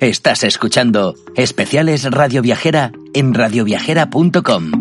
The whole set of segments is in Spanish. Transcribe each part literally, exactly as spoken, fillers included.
Estás escuchando Especiales Radio Viajera en radioviajera punto com.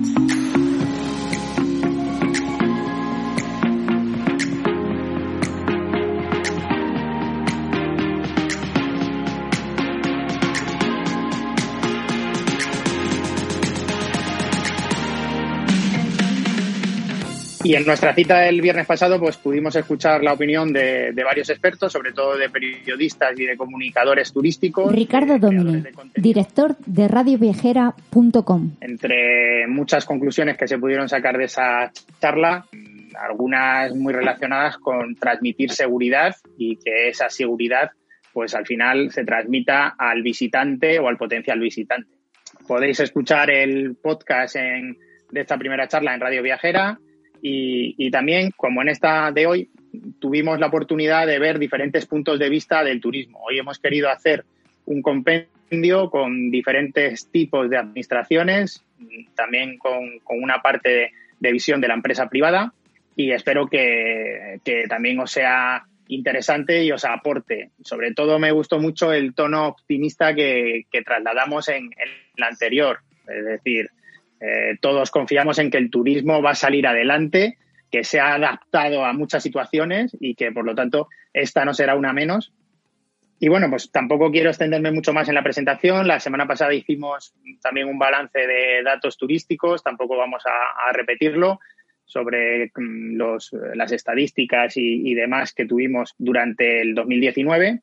Y en nuestra cita del viernes pasado, pues pudimos escuchar la opinión de, de varios expertos, sobre todo de periodistas y de comunicadores turísticos. Ricardo Domine, director de radioviajera punto com. Entre muchas conclusiones que se pudieron sacar de esa charla, algunas muy relacionadas con transmitir seguridad y que esa seguridad, pues al final se transmita al visitante o al potencial visitante. Podéis escuchar el podcast en, de esta primera charla en Radio Viajera. Y, y también, como en esta de hoy, tuvimos la oportunidad de ver diferentes puntos de vista del turismo. Hoy hemos querido hacer un compendio con diferentes tipos de administraciones, también con, con una parte de, de visión de la empresa privada, y espero que, que también os sea interesante y os aporte. Sobre todo me gustó mucho el tono optimista que, que trasladamos en, en la anterior, es decir, Eh, todos confiamos en que el turismo va a salir adelante, que se ha adaptado a muchas situaciones y que, por lo tanto, esta no será una menos. Y bueno, pues tampoco quiero extenderme mucho más en la presentación. La semana pasada hicimos también un balance de datos turísticos, tampoco vamos a, a repetirlo, sobre los, las estadísticas y, y demás que tuvimos durante el dos mil diecinueve.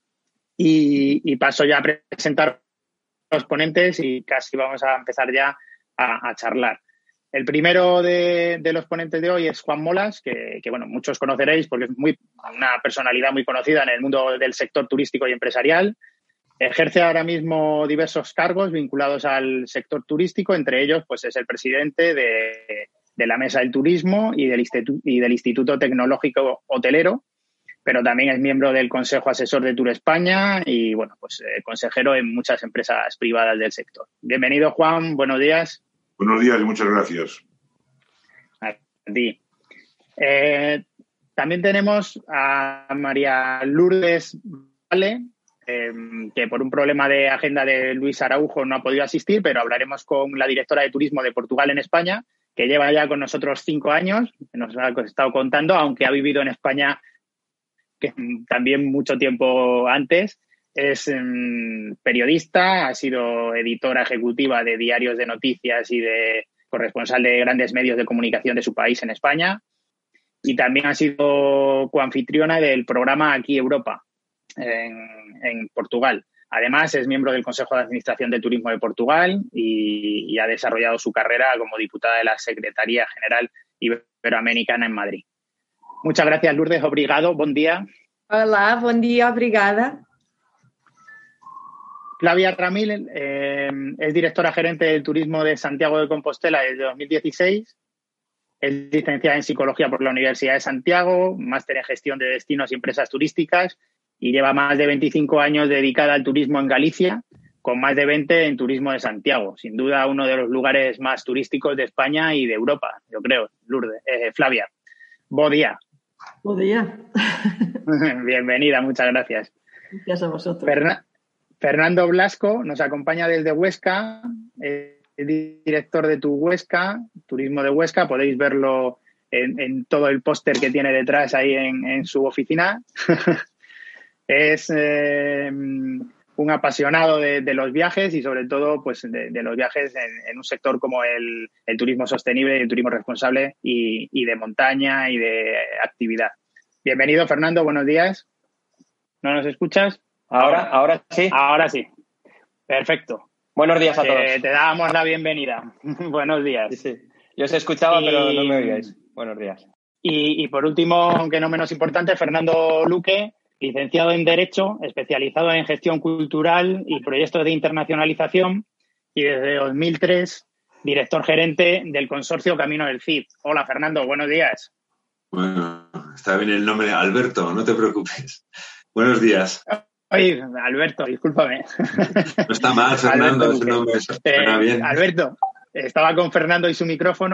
Y, y paso ya a presentar los ponentes y casi vamos a empezar ya A, a charlar. El primero de, de los ponentes de hoy es Juan Molas, que, que bueno, muchos conoceréis porque es muy, una personalidad muy conocida en el mundo del sector turístico y empresarial. Ejerce ahora mismo diversos cargos vinculados al sector turístico, entre ellos pues es el presidente de, de la Mesa del Turismo y del, Instituto, y del Instituto Tecnológico Hotelero, pero también es miembro del Consejo Asesor de Tour España y bueno, pues eh, consejero en muchas empresas privadas del sector. Bienvenido, Juan, buenos días. Buenos días y muchas gracias. A ti. Eh, también tenemos a María Lourdes Vale, eh, que por un problema de agenda de Luis Araujo no ha podido asistir, pero hablaremos con la directora de Turismo de Portugal en España, que lleva ya con nosotros cinco años, que nos ha estado contando, aunque ha vivido en España que también mucho tiempo antes. Es um, periodista, ha sido editora ejecutiva de diarios de noticias y de corresponsal de grandes medios de comunicación de su país en España, y también ha sido coanfitriona del programa Aquí Europa en, en Portugal. Además, es miembro del Consejo de Administración de Turismo de Portugal y, y ha desarrollado su carrera como diputada de la Secretaría General Iberoamericana en Madrid. Muchas gracias, Lourdes. Obrigado. Buen día. Hola, buen día. Obrigada. Flavia Ramil eh, es directora gerente del turismo de Santiago de Compostela desde dos mil dieciséis. Es licenciada en Psicología por la Universidad de Santiago, máster en Gestión de Destinos y Empresas Turísticas y lleva más de veinticinco años dedicada al turismo en Galicia, con más de veinte en Turismo de Santiago. Sin duda, uno de los lugares más turísticos de España y de Europa, yo creo. Lourdes, eh, Flavia, buen día. Buen día. Bienvenida, muchas gracias. Gracias a vosotros. Ferna- Fernando Blasco nos acompaña desde Huesca, es director de Tu Huesca, Turismo de Huesca. Podéis verlo en, en todo el póster que tiene detrás ahí en, en su oficina. Es eh, un apasionado de, de los viajes y sobre todo pues de, de los viajes en, en un sector como el, el turismo sostenible y el turismo responsable y, y de montaña y de actividad. Bienvenido, Fernando, buenos días. ¿No nos escuchas? Ahora, ahora sí. Ahora sí. Perfecto. Buenos días a todos. Eh, te damos la bienvenida. Buenos días. Sí, sí. Yo os escuchaba, y, pero no me oíais. Buenos días. Y, y por último, aunque no menos importante, Fernando Luque, licenciado en Derecho, especializado en Gestión Cultural y Proyectos de Internacionalización y desde dos mil tres, director gerente del consorcio Camino del Cid. Hola, Fernando. Buenos días. Bueno, está bien el nombre, Alberto, no te preocupes. Buenos días. Oye, Alberto, discúlpame. No está mal, Fernando, ese nombre suena eh, bien. Alberto, estaba con Fernando y su micrófono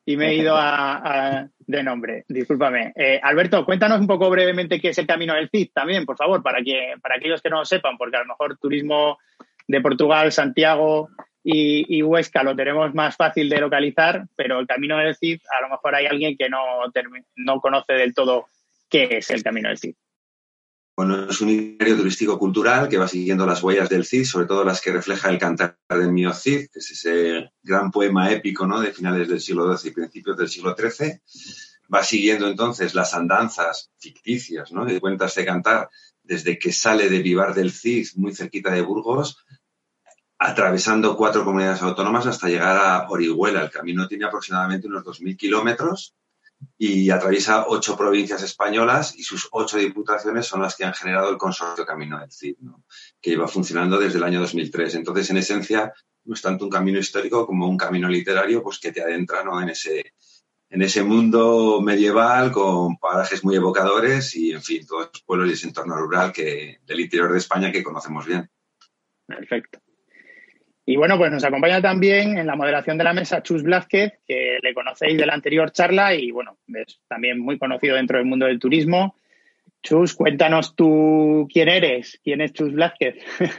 y me he ido a, a, de nombre. Discúlpame. Eh, Alberto, cuéntanos un poco brevemente qué es el Camino del Cid también, por favor, para, que, para aquellos que no lo sepan, porque a lo mejor turismo de Portugal, Santiago y, y Huesca lo tenemos más fácil de localizar, pero el Camino del Cid, a lo mejor hay alguien que no, no conoce del todo qué es el Camino del Cid. Bueno, es un itinerario turístico-cultural que va siguiendo las huellas del Cid, sobre todo las que refleja el Cantar del mío Cid, que es ese gran poema épico, ¿no?, de finales del siglo doce y principios del siglo trece. Va siguiendo entonces las andanzas ficticias, ¿no?, que cuenta este Cantar desde que sale de Vivar del Cid, muy cerquita de Burgos, atravesando cuatro comunidades autónomas hasta llegar a Orihuela. El camino tiene aproximadamente unos dos mil kilómetros y atraviesa ocho provincias españolas y sus ocho diputaciones son las que han generado el Consorcio Camino del Cid, ¿no?, que iba funcionando desde el año dos mil tres. Entonces, en esencia, no es tanto un camino histórico como un camino literario, pues que te adentra, ¿no?, en ese, en ese mundo medieval con parajes muy evocadores y, en fin, todos los pueblos y ese entorno rural que, del interior de España que conocemos bien. Perfecto. Y bueno, pues nos acompaña también en la moderación de la mesa Chus Blázquez, que le conocéis de la anterior charla y, bueno, es también muy conocido dentro del mundo del turismo. Chus, cuéntanos tú quién eres, quién es Chus Blázquez.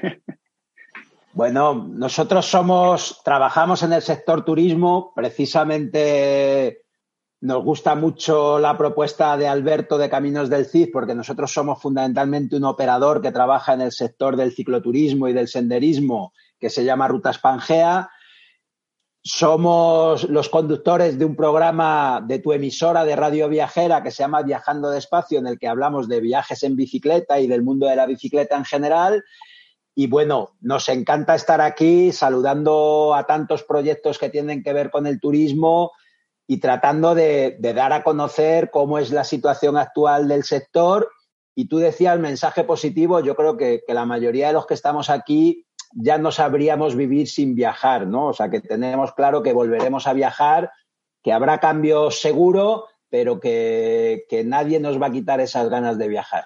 Bueno, nosotros somos, trabajamos en el sector turismo, precisamente nos gusta mucho la propuesta de Alberto de Caminos del Cid, porque nosotros somos fundamentalmente un operador que trabaja en el sector del cicloturismo y del senderismo, que se llama Rutas Pangea. Somos los conductores de un programa de tu emisora de Radio Viajera que se llama Viajando Despacio, en el que hablamos de viajes en bicicleta y del mundo de la bicicleta en general. Y bueno, nos encanta estar aquí saludando a tantos proyectos que tienen que ver con el turismo y tratando de, de dar a conocer cómo es la situación actual del sector. Y tú decías el mensaje positivo. Yo creo que, que la mayoría de los que estamos aquí ya no sabríamos vivir sin viajar, ¿no? O sea, que tenemos claro que volveremos a viajar, que habrá cambios seguro, pero que, que nadie nos va a quitar esas ganas de viajar.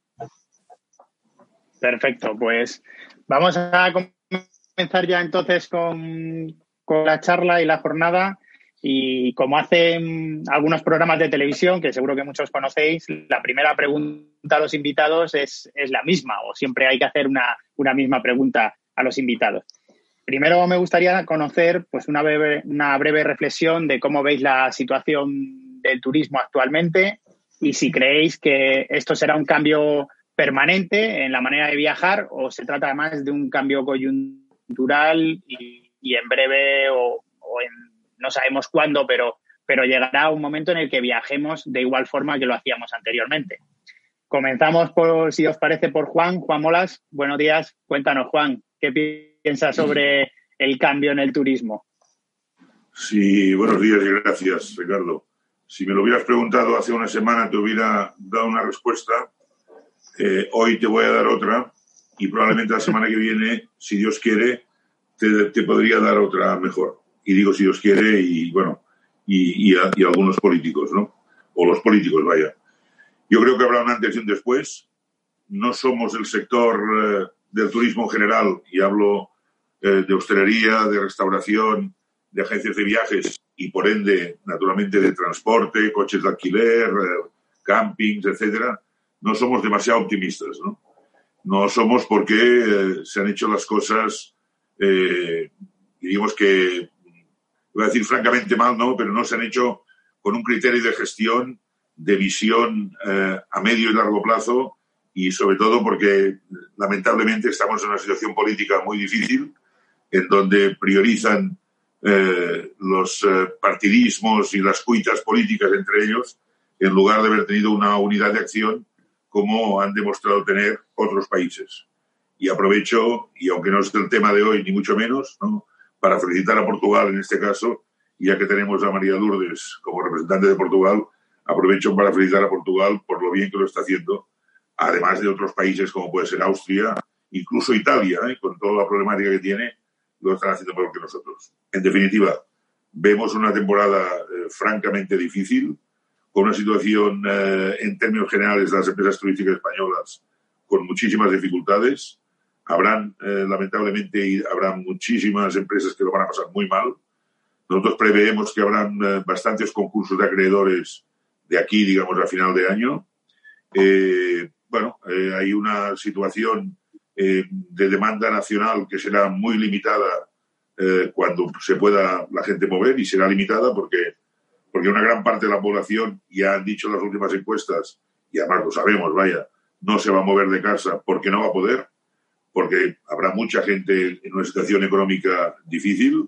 Perfecto, pues vamos a comenzar ya entonces con, con la charla y la jornada. Y como hacen algunos programas de televisión, que seguro que muchos conocéis, la primera pregunta a los invitados es, es la misma, o siempre hay que hacer una, una misma pregunta a los invitados. Primero me gustaría conocer pues una breve, una breve reflexión de cómo veis la situación del turismo actualmente y si creéis que esto será un cambio permanente en la manera de viajar o se trata además de un cambio coyuntural y, y en breve o, o en no sabemos cuándo, pero, pero llegará un momento en el que viajemos de igual forma que lo hacíamos anteriormente. Comenzamos, por, si os parece, por Juan. Juan Molas, buenos días. Cuéntanos, Juan, ¿qué piensas sobre el cambio en el turismo? Sí, buenos días y gracias, Ricardo. Si me lo hubieras preguntado hace una semana te hubiera dado una respuesta. Eh, hoy te voy a dar otra y probablemente la semana que viene, si Dios quiere, te, te podría dar otra mejor. Y digo si Dios quiere y, bueno, y, y, a, y a algunos políticos, ¿no? O los políticos, vaya. Yo creo que habrá un antes y un después. No somos el sector eh, del turismo en general, y hablo eh, de hostelería, de restauración, de agencias de viajes y, por ende, naturalmente, de transporte, coches de alquiler, eh, campings, etcétera. No somos demasiado optimistas, ¿no? No somos porque eh, se han hecho las cosas, eh, digamos que, voy a decir francamente mal, ¿no? Pero no se han hecho con un criterio de gestión, de visión eh, a medio y largo plazo y sobre todo porque lamentablemente estamos en una situación política muy difícil en donde priorizan eh, los eh, partidismos y las cuitas políticas entre ellos en lugar de haber tenido una unidad de acción como han demostrado tener otros países. Y aprovecho, y aunque no es el tema de hoy ni mucho menos, ¿no?, para felicitar a Portugal en este caso, ya que tenemos a María Lourdes como representante de Portugal, aprovecho para felicitar a Portugal por lo bien que lo está haciendo, además de otros países como puede ser Austria, incluso Italia, ¿eh? Con toda la problemática que tiene, lo están haciendo mejor que nosotros. En definitiva, vemos una temporada eh, francamente difícil, con una situación eh, en términos generales de las empresas turísticas españolas con muchísimas dificultades. Habrán, eh, lamentablemente, habrá muchísimas empresas que lo van a pasar muy mal. Nosotros preveemos que habrán eh, bastantes concursos de acreedores de aquí, digamos, a final de año. Eh, bueno, eh, hay una situación eh, de demanda nacional que será muy limitada eh, cuando se pueda la gente mover, y será limitada porque, porque una gran parte de la población, ya han dicho las últimas encuestas, y además lo sabemos, vaya, no se va a mover de casa porque no va a poder, porque habrá mucha gente en una situación económica difícil.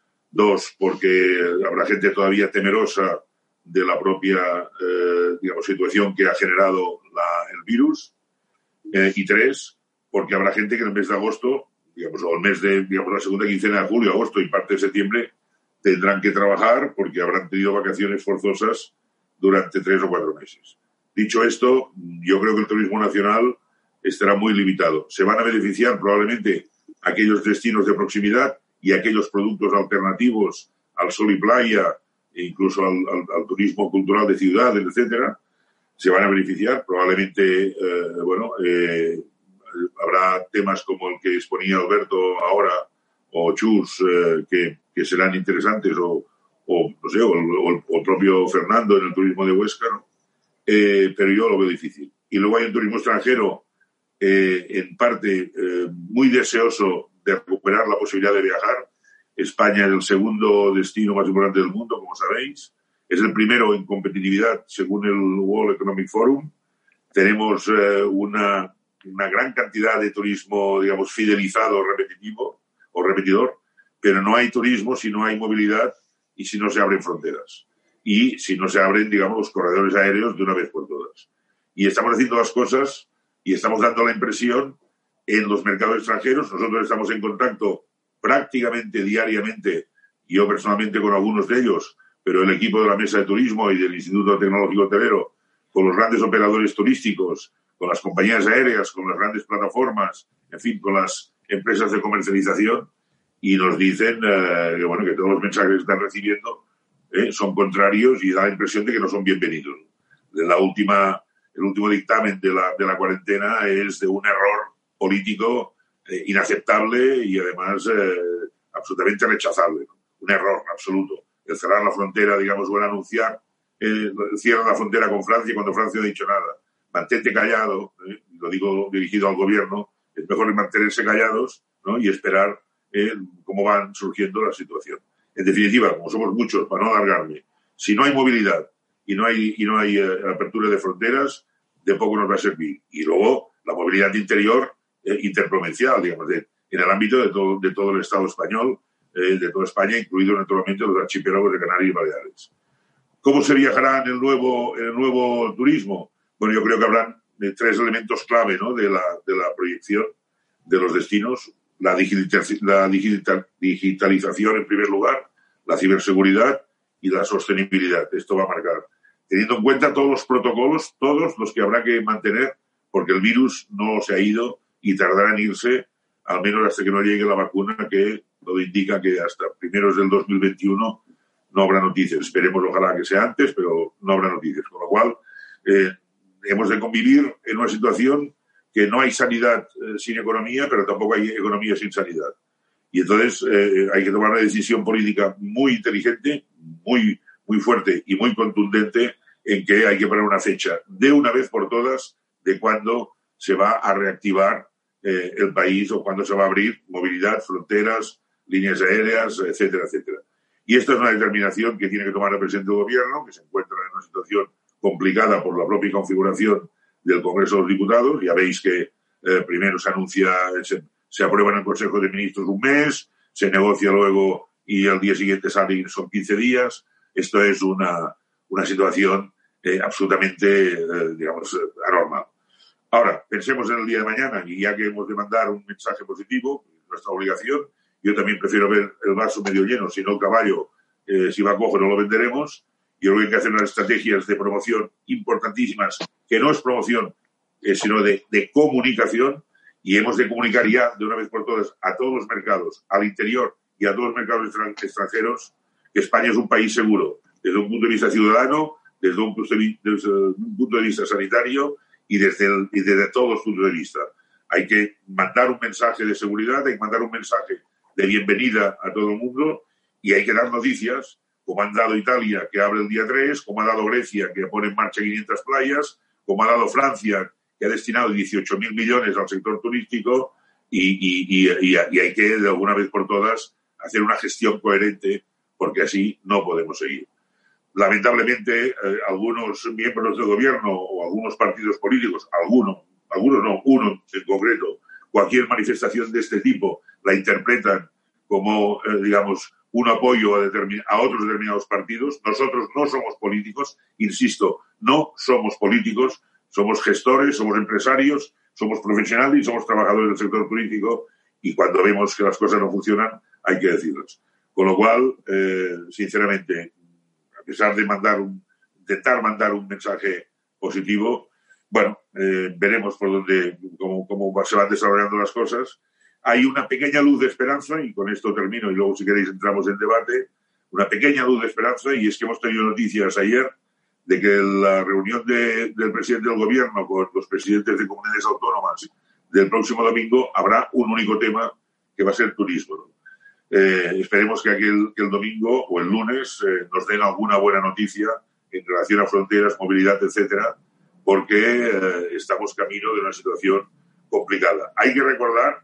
Dos, porque habrá gente todavía temerosa de la propia eh, digamos, situación que ha generado la, el virus. Eh, y tres, porque habrá gente que en el mes de agosto, digamos, o el mes de, digamos, la segunda quincena de julio, agosto y parte de septiembre, tendrán que trabajar porque habrán tenido vacaciones forzosas durante tres o cuatro meses. Dicho esto, yo creo que el turismo nacional estará muy limitado. Se van a beneficiar probablemente aquellos destinos de proximidad y aquellos productos alternativos al sol y playa, e incluso al, al, al turismo cultural de ciudades, etcétera, se van a beneficiar. Probablemente, eh, bueno, eh, habrá temas como el que exponía Alberto ahora, o Chus, eh, que, que serán interesantes, o, o no sé, o, o, o el propio Fernando en el turismo de Huesca, ¿no? Eh, pero yo lo veo difícil. Y luego hay un turismo extranjero, eh, en parte, eh, muy deseoso de recuperar la posibilidad de viajar. España es el segundo destino más importante del mundo, como sabéis. Es el primero en competitividad, según el World Economic Forum. Tenemos eh, una, una gran cantidad de turismo, digamos, fidelizado, repetitivo o repetidor, pero no hay turismo si no hay movilidad y si no se abren fronteras. Y si no se abren, digamos, los corredores aéreos de una vez por todas. Y estamos haciendo las cosas y estamos dando la impresión en los mercados extranjeros. Nosotros estamos en contacto prácticamente diariamente, yo personalmente con algunos de ellos, pero el equipo de la Mesa de Turismo y del Instituto Tecnológico Hotelero, con los grandes operadores turísticos, con las compañías aéreas, con las grandes plataformas, en fin, con las empresas de comercialización, y nos dicen eh, que, bueno, que todos los mensajes que están recibiendo eh, son contrarios y da la impresión de que no son bienvenidos. De la última, el último dictamen de la, de la cuarentena es de un error político eh, inaceptable y además eh, absolutamente rechazable. Un error absoluto. El cerrar la frontera, digamos, o el anunciar eh, cierra la frontera con Francia cuando Francia no ha dicho nada. Mantente callado, eh, lo digo dirigido al gobierno, es mejor mantenerse callados, ¿no? Y esperar eh, cómo van surgiendo la situación. En definitiva, como somos muchos, para no alargarme, si no hay movilidad y no hay, y no hay eh, apertura de fronteras, de poco nos va a servir. Y luego la movilidad interior eh, interprovincial, digamos, de, en el ámbito de todo, de todo el Estado español, eh, de toda España, incluidos naturalmente los archipiélagos de Canarias y Baleares. ¿Cómo se viajará en el nuevo, en el nuevo turismo? Bueno, yo creo que habrán eh, tres elementos clave, ¿no?, de la, de la proyección de los destinos. La, digital, la digital, digitalización, en primer lugar, la ciberseguridad y la sostenibilidad. Esto va a marcar, teniendo en cuenta todos los protocolos, todos los que habrá que mantener, porque el virus no se ha ido y tardará en irse, al menos hasta que no llegue la vacuna, que todo indica que hasta primeros del dos mil veintiuno no habrá noticias. Esperemos, ojalá que sea antes, pero no habrá noticias. Con lo cual, eh, hemos de convivir en una situación que no hay sanidad eh, sin economía, pero tampoco hay economía sin sanidad. Y entonces eh, hay que tomar una decisión política muy inteligente, muy, muy fuerte y muy contundente, en que hay que poner una fecha de una vez por todas de cuándo se va a reactivar eh, el país o cuándo se va a abrir movilidad, fronteras, líneas aéreas, etcétera, etcétera. Y esta es una determinación que tiene que tomar el presidente del gobierno, que se encuentra en una situación complicada por la propia configuración del Congreso de los Diputados. Ya veis que eh, primero se anuncia, se, se aprueba en el Consejo de Ministros un mes, se negocia luego y al día siguiente sale, son quince días. Esto es una, una situación eh, absolutamente, eh, digamos, anormal. Ahora, pensemos en el día de mañana, y ya que hemos de mandar un mensaje positivo, nuestra obligación, yo también prefiero ver el vaso medio lleno, si no el caballo, eh, si va cojo no lo venderemos. Yo creo que hay que hacer unas estrategias de promoción importantísimas, que no es promoción, eh, sino de, de comunicación, y hemos de comunicar ya de una vez por todas a todos los mercados, al interior y a todos los mercados extranjeros, que España es un país seguro, desde un punto de vista ciudadano, desde un punto de vista, desde un punto de vista sanitario y desde, el, y desde todos los puntos de vista. Hay que mandar un mensaje de seguridad, hay que mandar un mensaje de bienvenida a todo el mundo, Y hay que dar noticias, como han dado Italia, que abre el día tres, como ha dado Grecia, que pone en marcha quinientas playas, como ha dado Francia, que ha destinado dieciocho mil millones al sector turístico, y, y, y, y hay que, de alguna vez por todas, hacer una gestión coherente, porque así no podemos seguir. Lamentablemente, eh, algunos miembros del gobierno o algunos partidos políticos, algunos, algunos no, uno en concreto, cualquier manifestación de este tipo la interpretan como, eh, digamos, un apoyo a, determin- a otros determinados partidos. Nosotros no somos políticos, insisto, no somos políticos, somos gestores, somos empresarios, somos profesionales y somos trabajadores del sector turístico, y cuando vemos que las cosas no funcionan hay que decirlas. Con lo cual, eh, sinceramente, a pesar de mandar un, intentar mandar un mensaje positivo, bueno, eh, veremos por dónde, cómo, cómo se van desarrollando las cosas. Hay una pequeña luz de esperanza, y con esto termino y luego si queréis entramos en debate, una pequeña luz de esperanza, y es que hemos tenido noticias ayer de que la reunión de, del presidente del gobierno con los presidentes de comunidades autónomas del próximo domingo habrá un único tema, que va a ser turismo, ¿no? Eh, esperemos que, aquel, que el domingo o el lunes eh, nos den alguna buena noticia en relación a fronteras, movilidad, etcétera, porque eh, estamos camino de una situación complicada. Hay que recordar,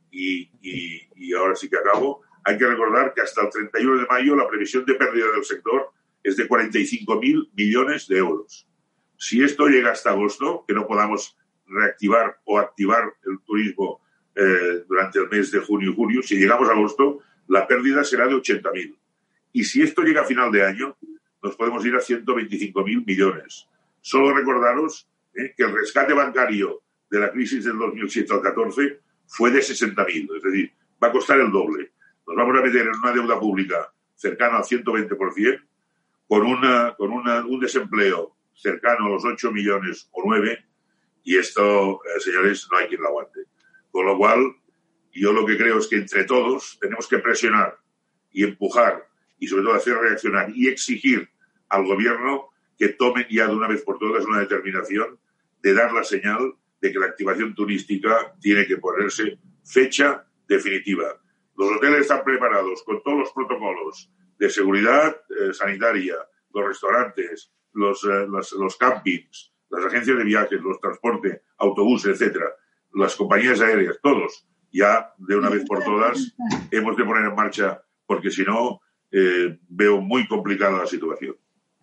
y, y, y ahora sí que acabo, hay que recordar que hasta el treinta y uno de mayo la previsión de pérdida del sector es de cuarenta y cinco mil millones de euros. Si esto llega hasta agosto, que no podamos reactivar o activar el turismo eh, durante el mes de junio y julio, si llegamos a agosto, la pérdida será de ochenta mil. Y si esto llega a final de año, nos podemos ir a ciento veinticinco mil millones. Solo recordaros eh, que el rescate bancario de la crisis del dos mil siete al catorce fue de sesenta mil, es decir, va a costar el doble. Nos vamos a meter en una deuda pública cercana al ciento veinte por ciento, con, una, con una, un desempleo cercano a los ocho millones o nueve, y esto, eh, señores, no hay quien lo aguante. Con lo cual, yo lo que creo es que entre todos tenemos que presionar y empujar y sobre todo hacer reaccionar y exigir al gobierno que tomen ya de una vez por todas una determinación de dar la señal de que la activación turística tiene que ponerse fecha definitiva. Los hoteles están preparados con todos los protocolos de seguridad eh, sanitaria, los restaurantes, los, eh, los, los campings, las agencias de viajes, los transportes, autobuses, etcétera, las compañías aéreas, todos, ya de una vez por todas hemos de poner en marcha, porque si no, eh, veo muy complicada la situación.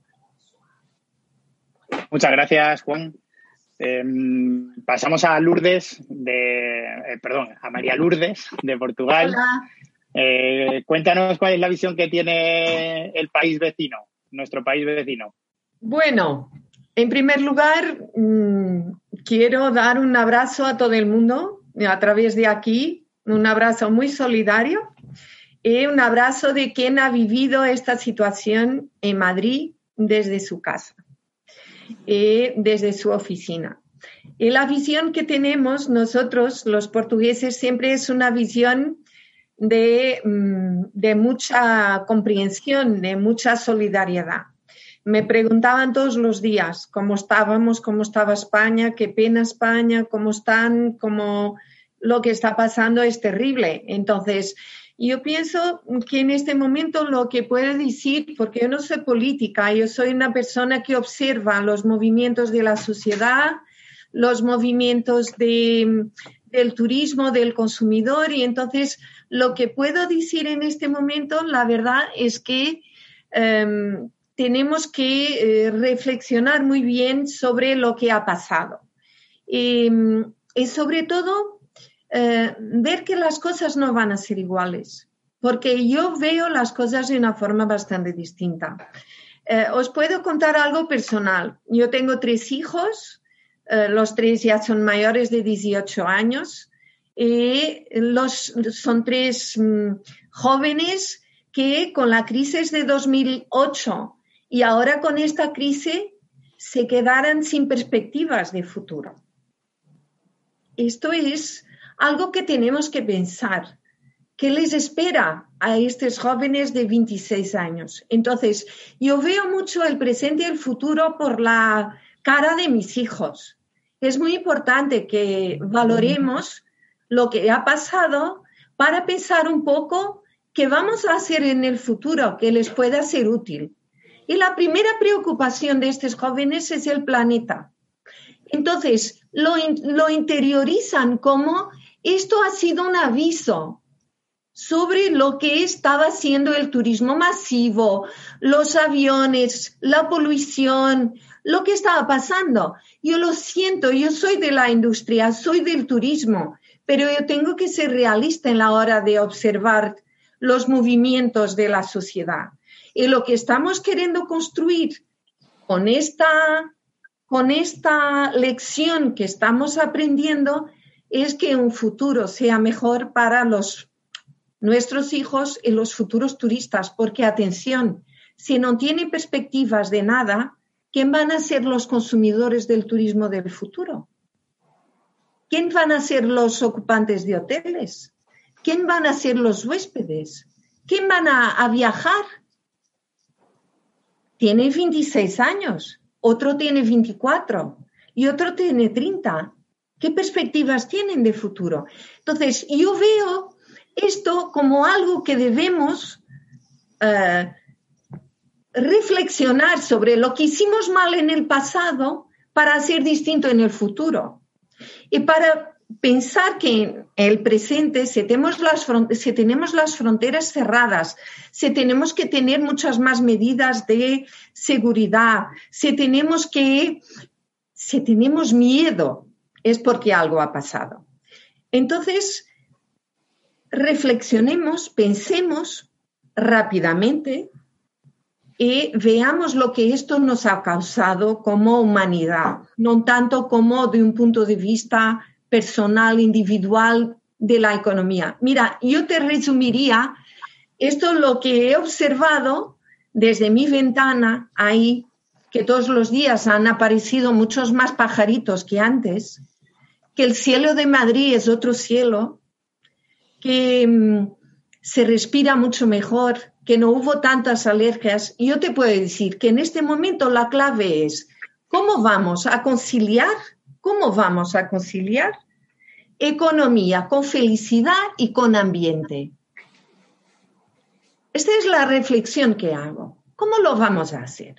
Muchas gracias, Juan. Eh, pasamos a Lourdes, de, eh, perdón, a María Lourdes, de Portugal. Hola. Eh, cuéntanos cuál es la visión que tiene el país vecino, nuestro país vecino. Bueno, en primer lugar, mmm, quiero dar un abrazo a todo el mundo a través de aquí, un abrazo muy solidario y un abrazo de quien ha vivido esta situación en Madrid desde su casa, y desde su oficina. Y la visión que tenemos nosotros, los portugueses, siempre es una visión de, de mucha comprensión, de mucha solidaridad. Me preguntaban todos los días cómo estábamos, cómo estaba España, qué pena España, cómo están, cómo lo que está pasando es terrible. Entonces, yo pienso que en este momento lo que puedo decir, porque yo no soy política, yo soy una persona que observa los movimientos de la sociedad, los movimientos de, del turismo, del consumidor, y entonces lo que puedo decir en este momento, la verdad es que um, tenemos que eh, reflexionar muy bien sobre lo que ha pasado. Y, y sobre todo, eh, ver que las cosas no van a ser iguales, porque yo veo las cosas de una forma bastante distinta. Eh, os puedo contar algo personal. Yo tengo tres hijos, eh, los tres ya son mayores de dieciocho años, y los, son tres mm, jóvenes que con la crisis de dos mil ocho y ahora con esta crisis se quedaran sin perspectivas de futuro. Esto es algo que tenemos que pensar. ¿Qué les espera a estos jóvenes de veintiséis años? Entonces, yo veo mucho el presente y el futuro por la cara de mis hijos. Es muy importante que valoremos lo que ha pasado para pensar un poco ¿qué vamos a hacer en el futuro que les pueda ser útil? Y la primera preocupación de estos jóvenes es el planeta. Entonces, lo, lo interiorizan como esto ha sido un aviso sobre lo que estaba haciendo el turismo masivo, los aviones, la polución, lo que estaba pasando. Yo lo siento, yo soy de la industria, soy del turismo, pero yo tengo que ser realista en la hora de observar los movimientos de la sociedad. Y lo que estamos queriendo construir con esta, con esta lección que estamos aprendiendo es que un futuro sea mejor para los, nuestros hijos y los futuros turistas. Porque, atención, si no tiene perspectivas de nada, ¿quién van a ser los consumidores del turismo del futuro? ¿Quién van a ser los ocupantes de hoteles? ¿Quién van a ser los huéspedes? ¿Quién van a, a viajar? Tiene veintiséis años, otro tiene veinticuatro y otro tiene treinta. ¿Qué perspectivas tienen de futuro? Entonces, yo veo esto como algo que debemos uh, reflexionar sobre lo que hicimos mal en el pasado para hacer distinto en el futuro. Y para pensar que en el presente, si tenemos las, si tenemos las fronteras cerradas, si tenemos que tener muchas más medidas de seguridad, si tenemos que, si tenemos miedo, es porque algo ha pasado. Entonces, reflexionemos, pensemos rápidamente y veamos lo que esto nos ha causado como humanidad, no tanto como de un punto de vista personal, individual de la economía. Mira, yo te resumiría esto lo que he observado desde mi ventana ahí, que todos los días han aparecido muchos más pajaritos que antes, que el cielo de Madrid es otro cielo, que mmm, se respira mucho mejor, que no hubo tantas alergias. Y yo te puedo decir que en este momento la clave es ¿cómo vamos a conciliar? ¿Cómo vamos a conciliar economía con felicidad y con ambiente? Esta es la reflexión que hago. ¿Cómo lo vamos a hacer?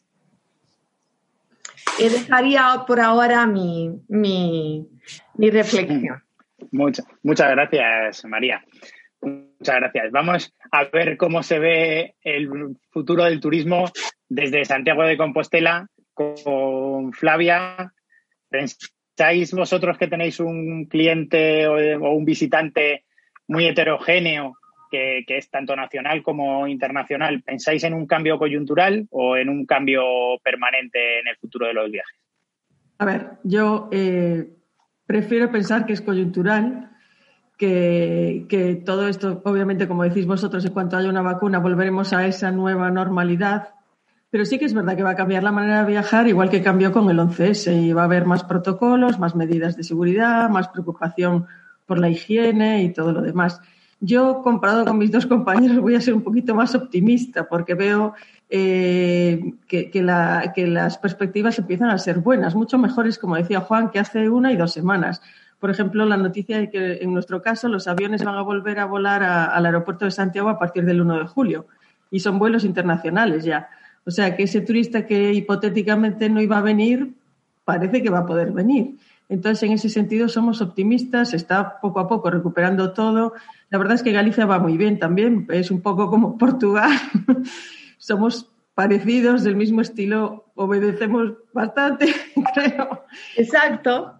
Y dejaría por ahora mi, mi, mi reflexión. Muchas, muchas gracias, María. Muchas gracias. Vamos a ver cómo se ve el futuro del turismo desde Santiago de Compostela con Flavia. ¿Pensáis vosotros que tenéis un cliente o un visitante muy heterogéneo que, que es tanto nacional como internacional? ¿Pensáis en un cambio coyuntural o en un cambio permanente en el futuro de los viajes? A ver, yo eh, prefiero pensar que es coyuntural, que, que todo esto, obviamente, como decís vosotros, en cuanto haya una vacuna volveremos a esa nueva normalidad, pero sí que es verdad que va a cambiar la manera de viajar, igual que cambió con el once ese, y va a haber más protocolos, más medidas de seguridad, más preocupación por la higiene y todo lo demás. Yo, comparado con mis dos compañeros, voy a ser un poquito más optimista porque veo eh, que, que, la, que las perspectivas empiezan a ser buenas, mucho mejores, como decía Juan, que hace una y dos semanas. Por ejemplo, la noticia de que, en nuestro caso, los aviones van a volver a volar a, al aeropuerto de Santiago a partir del uno de julio y son vuelos internacionales ya. O sea, que ese turista que hipotéticamente no iba a venir, parece que va a poder venir. Entonces, en ese sentido, somos optimistas, se está poco a poco recuperando todo. La verdad es que Galicia va muy bien también, es un poco como Portugal. Somos parecidos, del mismo estilo, obedecemos bastante, creo. Exacto.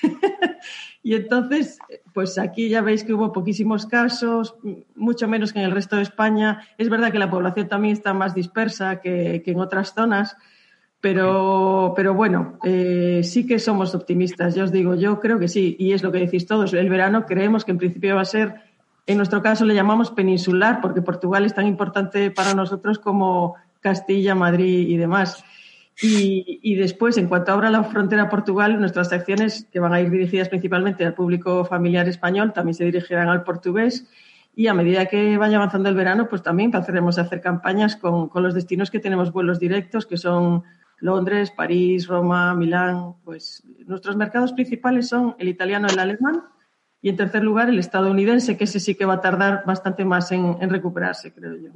Y entonces, pues aquí ya veis que hubo poquísimos casos, mucho menos que en el resto de España. Es verdad que la población también está más dispersa que, que en otras zonas, pero, pero bueno, eh, sí que somos optimistas. Ya os digo, yo creo que sí, y es lo que decís todos. El verano creemos que en principio va a ser, en nuestro caso le llamamos peninsular, porque Portugal es tan importante para nosotros como Castilla, Madrid y demás. Y, y después, en cuanto abra la frontera a Portugal, nuestras acciones, que van a ir dirigidas principalmente al público familiar español, también se dirigirán al portugués. Y a medida que vaya avanzando el verano, pues también empezaremos a hacer campañas con, con los destinos que tenemos vuelos directos, que son Londres, París, Roma, Milán. Pues nuestros mercados principales son el italiano y el alemán, Y en tercer lugar, el estadounidense, que ese sí que va a tardar bastante más en, en recuperarse, creo yo.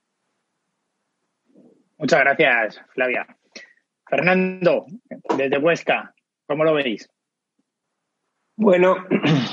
Muchas gracias, Flavia. Fernando, desde Huesca, ¿cómo lo veis? Bueno,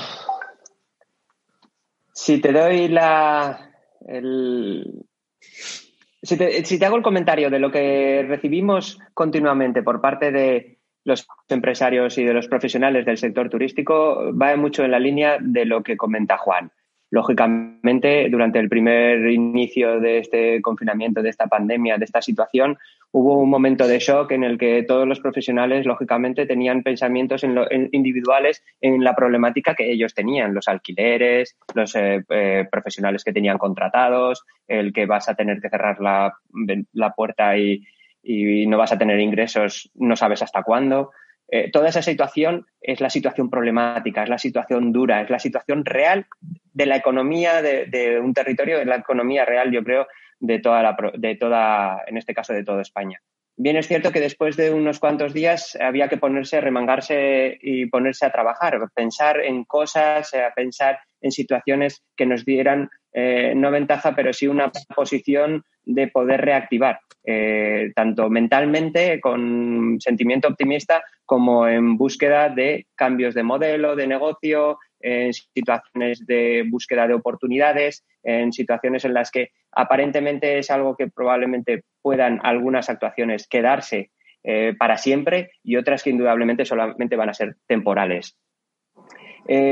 si te doy la... El, si, te, si te hago el comentario de lo que recibimos continuamente por parte de los empresarios y de los profesionales del sector turístico, va mucho en la línea de lo que comenta Juan. Lógicamente, durante el primer inicio de este confinamiento, de esta pandemia, de esta situación, hubo un momento de shock en el que todos los profesionales, lógicamente, tenían pensamientos en lo, en individuales en la problemática que ellos tenían, los alquileres, los eh, eh, profesionales que tenían contratados, el que vas a tener que cerrar la, la puerta y, y no vas a tener ingresos, no sabes hasta cuándo. Eh, toda esa situación es la situación problemática, es la situación dura, es la situación real de la economía de, de un territorio, es la economía real, yo creo, de toda, la, de toda, en este caso, de toda España. Bien, es cierto que después de unos cuantos días había que ponerse, remangarse y ponerse a trabajar, pensar en cosas, a pensar en situaciones que nos dieran eh, no ventaja, pero sí una posición de poder reactivar, eh, tanto mentalmente, con sentimiento optimista, como en búsqueda de cambios de modelo, de negocio, en situaciones de búsqueda de oportunidades, en situaciones en las que aparentemente es algo que probablemente puedan algunas actuaciones quedarse eh, para siempre y otras que indudablemente solamente van a ser temporales. Eh,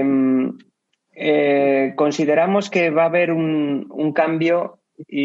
eh, consideramos que va a haber un, un cambio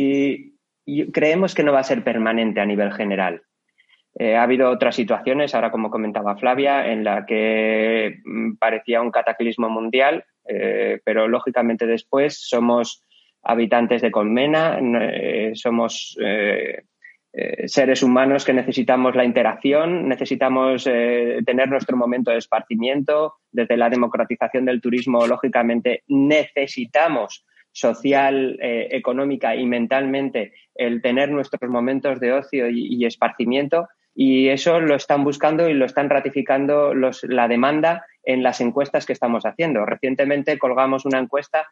y, y creemos que no va a ser permanente a nivel general. Eh, ha habido otras situaciones, ahora como comentaba Flavia, en la que mm, parecía un cataclismo mundial, eh, pero lógicamente después somos habitantes de colmena, eh, somos eh, eh, seres humanos que necesitamos la interacción, necesitamos eh, tener nuestro momento de esparcimiento. Desde la democratización del turismo, lógicamente, necesitamos social, eh, económica y mentalmente el tener nuestros momentos de ocio y, y esparcimiento. Y eso lo están buscando y lo están ratificando los, la demanda en las encuestas que estamos haciendo. Recientemente colgamos una encuesta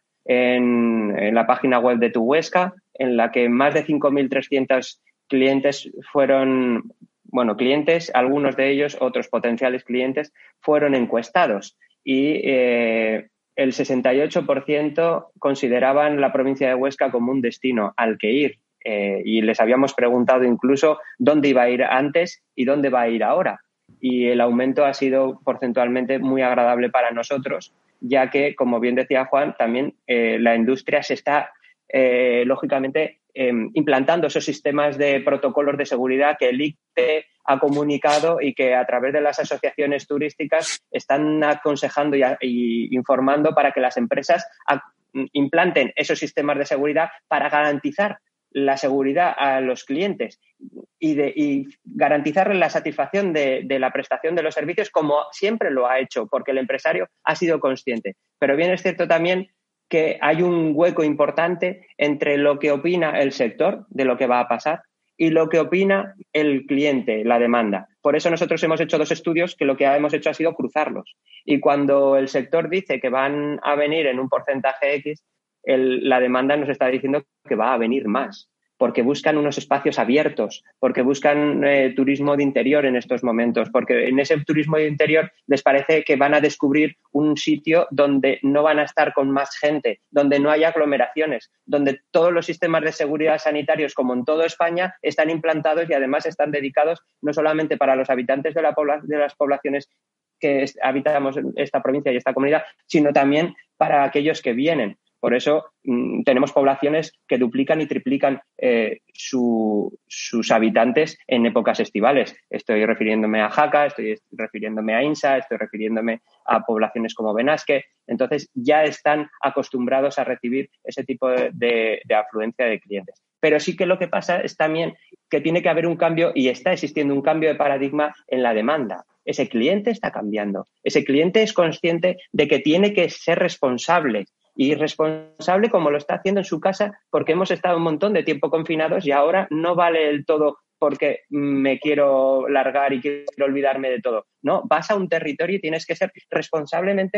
en, en la página web de Tu Huesca, en la que más de cinco mil trescientos clientes fueron, bueno, clientes, algunos de ellos, otros potenciales clientes, fueron encuestados. Y eh, el sesenta y ocho por ciento consideraban la provincia de Huesca como un destino al que ir. Eh, y les habíamos preguntado incluso dónde iba a ir antes y dónde va a ir ahora. Y el aumento ha sido porcentualmente muy agradable para nosotros, ya que, como bien decía Juan, también eh, la industria se está, eh, lógicamente, eh, implantando esos sistemas de protocolos de seguridad que el I C T E ha comunicado y que a través de las asociaciones turísticas están aconsejando y, a, y informando para que las empresas a, implanten esos sistemas de seguridad para garantizar la seguridad a los clientes y, de, y garantizarles la satisfacción de, de la prestación de los servicios, como siempre lo ha hecho, porque el empresario ha sido consciente. Pero bien es cierto también que hay un hueco importante entre lo que opina el sector de lo que va a pasar y lo que opina el cliente, la demanda. Por eso nosotros hemos hecho dos estudios que lo que hemos hecho ha sido cruzarlos. Y cuando el sector dice que van a venir en un porcentaje X, el, la demanda nos está diciendo que va a venir más, porque buscan unos espacios abiertos, porque buscan eh, turismo de interior en estos momentos, porque en ese turismo de interior les parece que van a descubrir un sitio donde no van a estar con más gente, donde no hay aglomeraciones, donde todos los sistemas de seguridad sanitarios, como en toda España, están implantados y además están dedicados no solamente para los habitantes de, la pobla- de las poblaciones que es, habitamos en esta provincia y esta comunidad, sino también para aquellos que vienen. Por eso mmm, tenemos poblaciones que duplican y triplican eh, su, sus habitantes en épocas estivales. Estoy refiriéndome a Jaca, estoy refiriéndome a Insa, estoy refiriéndome a poblaciones como Benasque. Entonces ya están acostumbrados a recibir ese tipo de, de, de afluencia de clientes. Pero sí que lo que pasa es también que tiene que haber un cambio y está existiendo un cambio de paradigma en la demanda. Ese cliente está cambiando. Ese cliente es consciente de que tiene que ser responsable. Y responsable como lo está haciendo en su casa, porque hemos estado un montón de tiempo confinados y ahora no vale el todo porque me quiero largar y quiero olvidarme de todo. No, vas a un territorio y tienes que ser responsablemente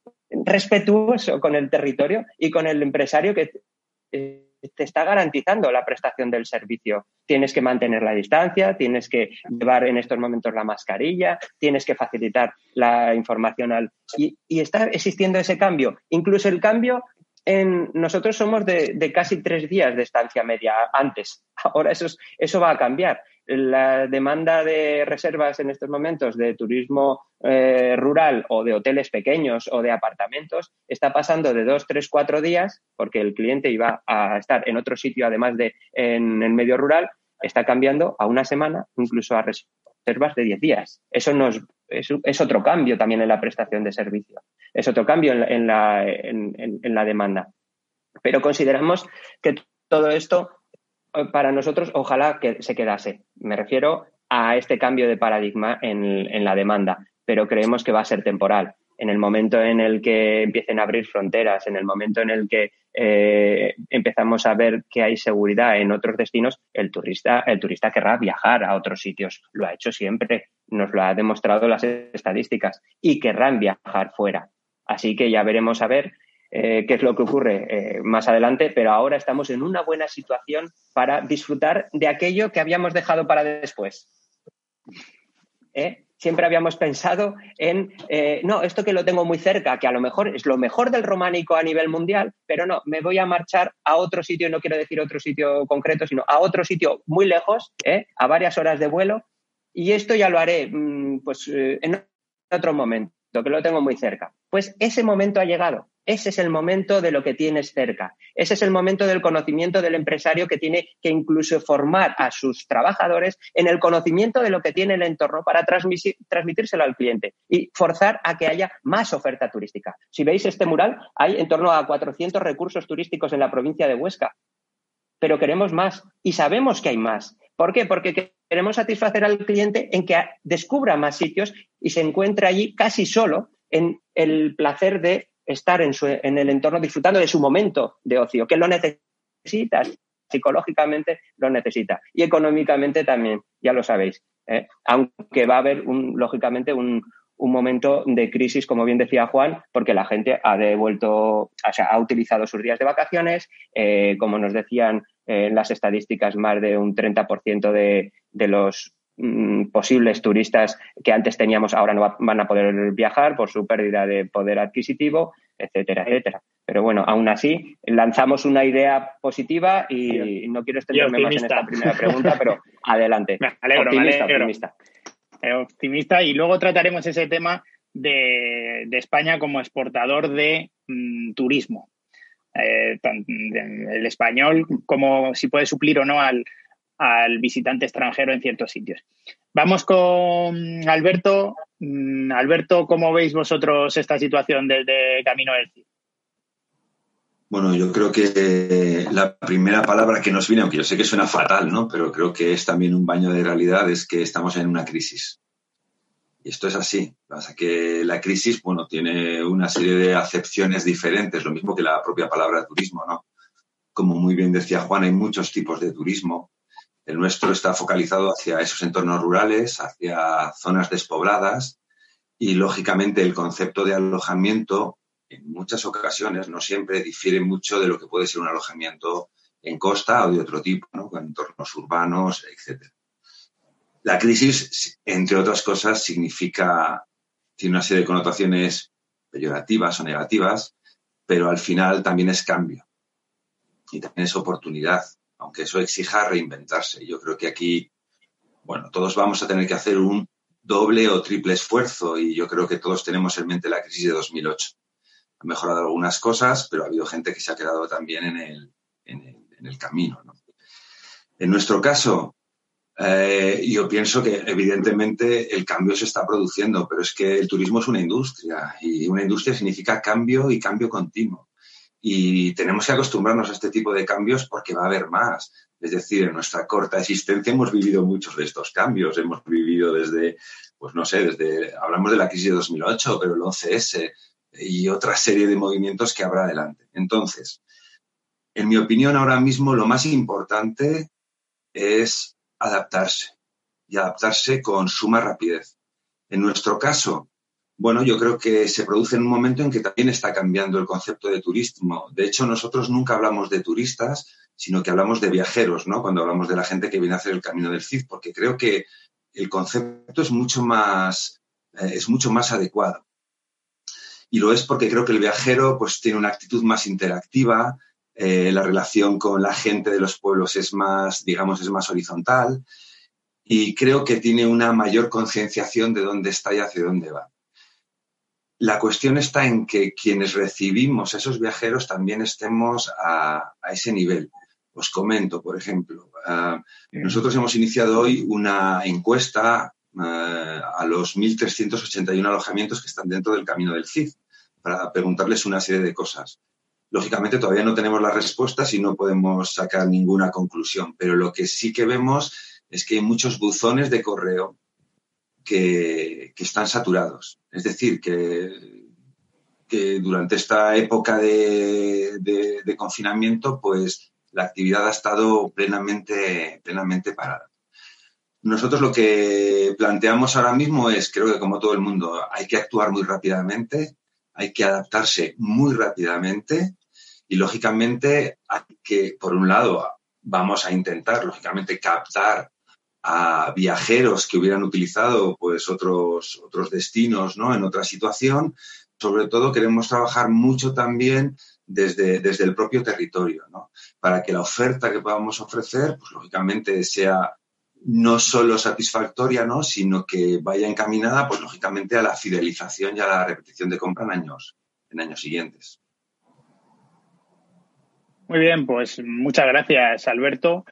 respetuoso con el territorio y con el empresario que eh, te está garantizando la prestación del servicio. Tienes que mantener la distancia, tienes que llevar en estos momentos la mascarilla, tienes que facilitar la información al... Y, y está existiendo ese cambio. Incluso el cambio en... Nosotros somos de, de casi tres días de estancia media antes. Ahora eso, es, eso va a cambiar. La demanda de reservas en estos momentos de turismo eh, rural o de hoteles pequeños o de apartamentos está pasando de dos, tres, cuatro días, porque el cliente iba a estar en otro sitio además de en el medio rural, está cambiando a una semana, incluso a reservas de diez días. Eso no es, es, es otro cambio también en la prestación de servicio. Es otro cambio en la, en la, en, en, en la demanda. Pero consideramos que todo esto para nosotros ojalá que se quedase. Me refiero a este cambio de paradigma en, en la demanda, pero creemos que va a ser temporal. En el momento en el que empiecen a abrir fronteras, en el momento en el que eh, empezamos a ver que hay seguridad en otros destinos, el turista, el turista querrá viajar a otros sitios. Lo ha hecho siempre, nos lo ha demostrado las estadísticas, y querrán viajar fuera. Así que ya veremos a ver Eh, qué es lo que ocurre eh, más adelante, pero ahora estamos en una buena situación para disfrutar de aquello que habíamos dejado para después. ¿Eh? Siempre habíamos pensado en, eh, no, esto que lo tengo muy cerca, que a lo mejor es lo mejor del románico a nivel mundial, pero no, me voy a marchar a otro sitio, no quiero decir otro sitio concreto, sino a otro sitio muy lejos, ¿eh? A varias horas de vuelo, y esto ya lo haré mmm, pues, eh, en otro momento, que lo tengo muy cerca. Pues ese momento ha llegado. Ese es el momento de lo que tienes cerca. Ese es el momento del conocimiento del empresario, que tiene que incluso formar a sus trabajadores en el conocimiento de lo que tiene el entorno para transmitir, transmitírselo al cliente y forzar a que haya más oferta turística. Si veis este mural, hay en torno a cuatrocientos recursos turísticos en la provincia de Huesca, pero queremos más y sabemos que hay más. ¿Por qué? Porque queremos satisfacer al cliente en que descubra más sitios y se encuentre allí casi solo en el placer de estar en, su, en el entorno disfrutando de su momento de ocio, que lo necesita, psicológicamente lo necesita y económicamente también, ya lo sabéis, ¿eh? Aunque va a haber, un, lógicamente, un, un momento de crisis, como bien decía Juan, porque la gente ha devuelto, o sea, ha utilizado sus días de vacaciones, eh, como nos decían en eh, las estadísticas, más de un treinta por ciento de, de los posibles turistas que antes teníamos ahora no van a poder viajar por su pérdida de poder adquisitivo, etcétera, etcétera. Pero bueno, aún así lanzamos una idea positiva y no quiero extenderme más en esta primera pregunta, pero adelante. Me alegro, optimista, me alegro. optimista. Eh, optimista, y luego trataremos ese tema de, de España como exportador de mm, turismo. Eh, el español, como si puede suplir o no al al visitante extranjero en ciertos sitios. Vamos con Alberto. Alberto, ¿cómo veis vosotros esta situación desde Camino del Cid? Bueno, yo creo que la primera palabra que nos viene, aunque yo sé que suena fatal, ¿no? Pero creo que es también un baño de realidad, es que estamos en una crisis. Y esto es así. Pasa que la crisis, bueno, tiene una serie de acepciones diferentes, lo mismo que la propia palabra turismo, ¿no? Como muy bien decía Juan, hay muchos tipos de turismo. El nuestro está focalizado hacia esos entornos rurales, hacia zonas despobladas, y, lógicamente, el concepto de alojamiento en muchas ocasiones, no siempre, difiere mucho de lo que puede ser un alojamiento en costa o de otro tipo, ¿no? Con entornos urbanos, etcétera. La crisis, entre otras cosas, significa, tiene una serie de connotaciones peyorativas o negativas, pero al final también es cambio y también es oportunidad, aunque eso exija reinventarse. Yo creo que aquí, bueno, todos vamos a tener que hacer un doble o triple esfuerzo, y yo creo que todos tenemos en mente la crisis de dos mil ocho. Ha mejorado algunas cosas, pero ha habido gente que se ha quedado también en el, en el, en el camino, ¿no? En nuestro caso, eh, yo pienso que evidentemente el cambio se está produciendo, pero es que el turismo es una industria, y una industria significa cambio y cambio continuo. Y tenemos que acostumbrarnos a este tipo de cambios porque va a haber más. Es decir, en nuestra corta existencia hemos vivido muchos de estos cambios. Hemos vivido desde, pues no sé, desde, hablamos de la crisis de dos mil ocho, pero el once ese y otra serie de movimientos que habrá adelante. Entonces, en mi opinión, ahora mismo lo más importante es adaptarse, y adaptarse con suma rapidez. En nuestro caso, Bueno, yo creo que se produce en un momento en que también está cambiando el concepto de turismo. De hecho, nosotros nunca hablamos de turistas, sino que hablamos de viajeros, ¿no? Cuando hablamos de la gente que viene a hacer el Camino del Cid, porque creo que el concepto es mucho más, eh, es mucho más adecuado. Y lo es porque creo que el viajero pues tiene una actitud más interactiva, eh, la relación con la gente de los pueblos es más, digamos, es más horizontal y creo que tiene una mayor concienciación de dónde está y hacia dónde va. La cuestión está en que quienes recibimos a esos viajeros también estemos a, a ese nivel. Os comento, por ejemplo, uh, nosotros hemos iniciado hoy una encuesta uh, a los mil trescientos ochenta y uno alojamientos que están dentro del Camino del Cid para preguntarles una serie de cosas. Lógicamente todavía no tenemos las respuestas y no podemos sacar ninguna conclusión, pero lo que sí que vemos es que hay muchos buzones de correo Que, que están saturados. Es decir, que, que durante esta época de, de, de confinamiento, pues la actividad ha estado plenamente, plenamente parada. Nosotros lo que planteamos ahora mismo es, creo que como todo el mundo, hay que actuar muy rápidamente, hay que adaptarse muy rápidamente y, lógicamente, hay que, por un lado, vamos a intentar, lógicamente, captar a viajeros que hubieran utilizado pues otros, otros destinos, ¿no? En otra situación. Sobre todo queremos trabajar mucho también desde, desde el propio territorio, ¿no? Para que la oferta que podamos ofrecer, pues lógicamente sea no solo satisfactoria, ¿no? Sino que vaya encaminada, pues lógicamente a la fidelización y a la repetición de compra en años, en años siguientes. Muy bien, pues muchas gracias, Alberto.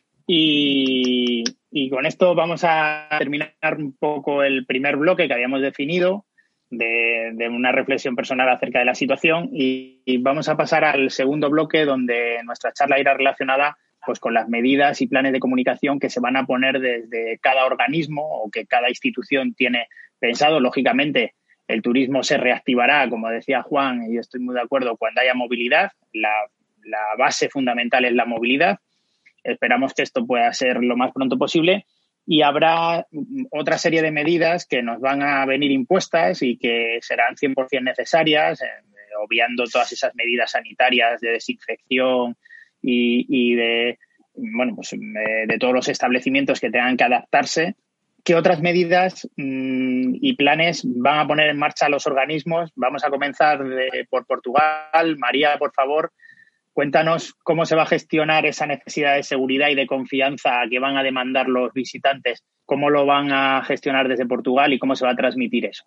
Y, y con esto vamos a terminar un poco el primer bloque que habíamos definido de, de una reflexión personal acerca de la situación y, y vamos a pasar al segundo bloque donde nuestra charla irá relacionada pues con las medidas y planes de comunicación que se van a poner desde cada organismo o que cada institución tiene pensado. Lógicamente, el turismo se reactivará, como decía Juan, y estoy muy de acuerdo, cuando haya movilidad. La, la base fundamental es la movilidad. Esperamos que esto pueda ser lo más pronto posible y habrá otra serie de medidas que nos van a venir impuestas y que serán cien por ciento necesarias, eh, obviando todas esas medidas sanitarias de desinfección y, y de, bueno, pues, de, de todos los establecimientos que tengan que adaptarse. ¿Qué otras medidas mmm, y planes van a poner en marcha los organismos? Vamos a comenzar de, por Portugal. María, por favor. Cuéntanos cómo se va a gestionar esa necesidad de seguridad y de confianza que van a demandar los visitantes. ¿Cómo lo van a gestionar desde Portugal y cómo se va a transmitir eso?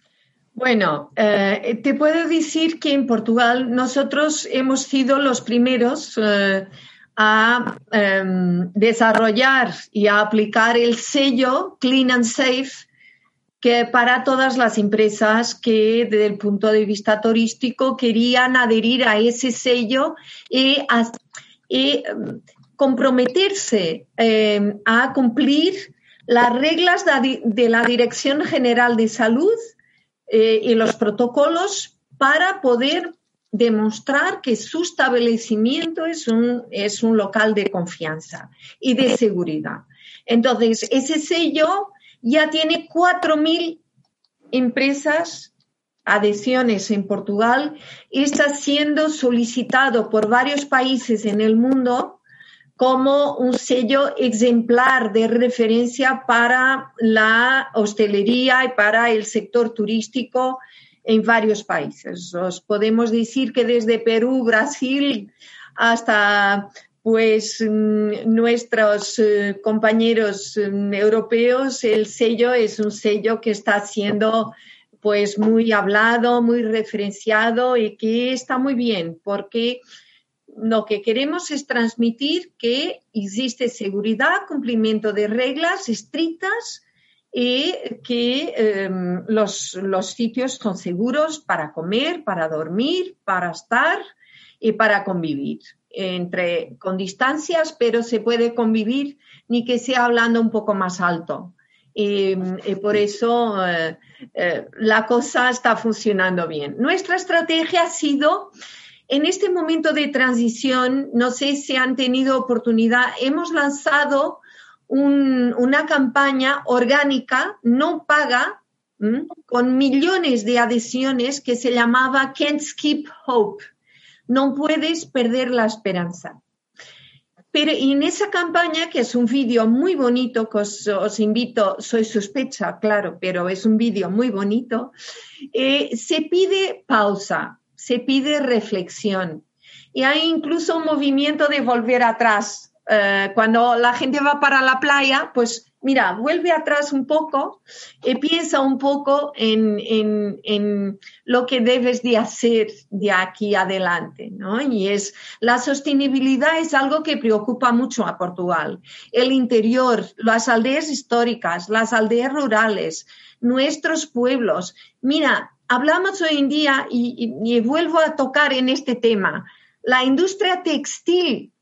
Bueno, eh, te puedo decir que en Portugal nosotros hemos sido los primeros eh, a eh, desarrollar y a aplicar el sello Clean and Safe que para todas las empresas que desde el punto de vista turístico querían adherir a ese sello y, a, y comprometerse eh, a cumplir las reglas de, de la Dirección General de Salud eh, y los protocolos para poder demostrar que su establecimiento es un, es un local de confianza y de seguridad. Entonces, ese sello ya tiene cuatro mil empresas, adhesiones en Portugal, y está siendo solicitado por varios países en el mundo como un sello ejemplar de referencia para la hostelería y para el sector turístico en varios países. Os podemos decir que desde Perú, Brasil, hasta pues nuestros eh, compañeros eh, europeos, el sello es un sello que está siendo pues muy hablado, muy referenciado y que está muy bien porque lo que queremos es transmitir que existe seguridad, cumplimiento de reglas estrictas y que eh, los, los sitios son seguros para comer, para dormir, para estar y para convivir. Entre, con distancias, pero se puede convivir ni que sea hablando un poco más alto. Y, y por eso eh, eh, la cosa está funcionando bien. Nuestra estrategia ha sido, en este momento de transición, no sé si han tenido oportunidad, hemos lanzado un, una campaña orgánica, no paga, ¿m? Con millones de adhesiones, que se llamaba Can't Skip Hope. No puedes perder la esperanza. Pero en esa campaña, que es un vídeo muy bonito, que os, os invito, soy sospecha, claro, pero es un vídeo muy bonito, eh, se pide pausa, se pide reflexión. Y hay incluso un movimiento de volver atrás. Eh, cuando la gente va para la playa, pues mira, vuelve atrás un poco y piensa un poco en, en, en lo que debes de hacer de aquí adelante, ¿no? Y es, la sostenibilidad es algo que preocupa mucho a Portugal. El interior, las aldeas históricas, las aldeas rurales, nuestros pueblos. Mira, hablamos hoy en día y, y, y vuelvo a tocar en este tema. La industria textil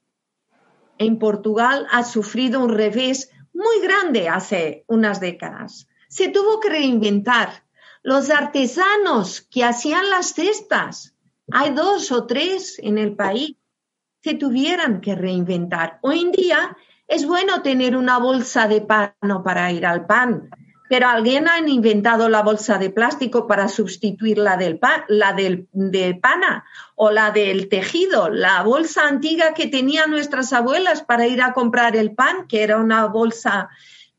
en Portugal ha sufrido un revés muy grande hace unas décadas. Se tuvo que reinventar. Los artesanos que hacían las cestas, hay dos o tres en el país, se tuvieran que reinventar. Hoy en día es bueno tener una bolsa de pan para ir al pan, pero alguien ha inventado la bolsa de plástico para sustituir la del pan, la del, de pana o la del tejido, la bolsa antigua que tenían nuestras abuelas para ir a comprar el pan, que era una bolsa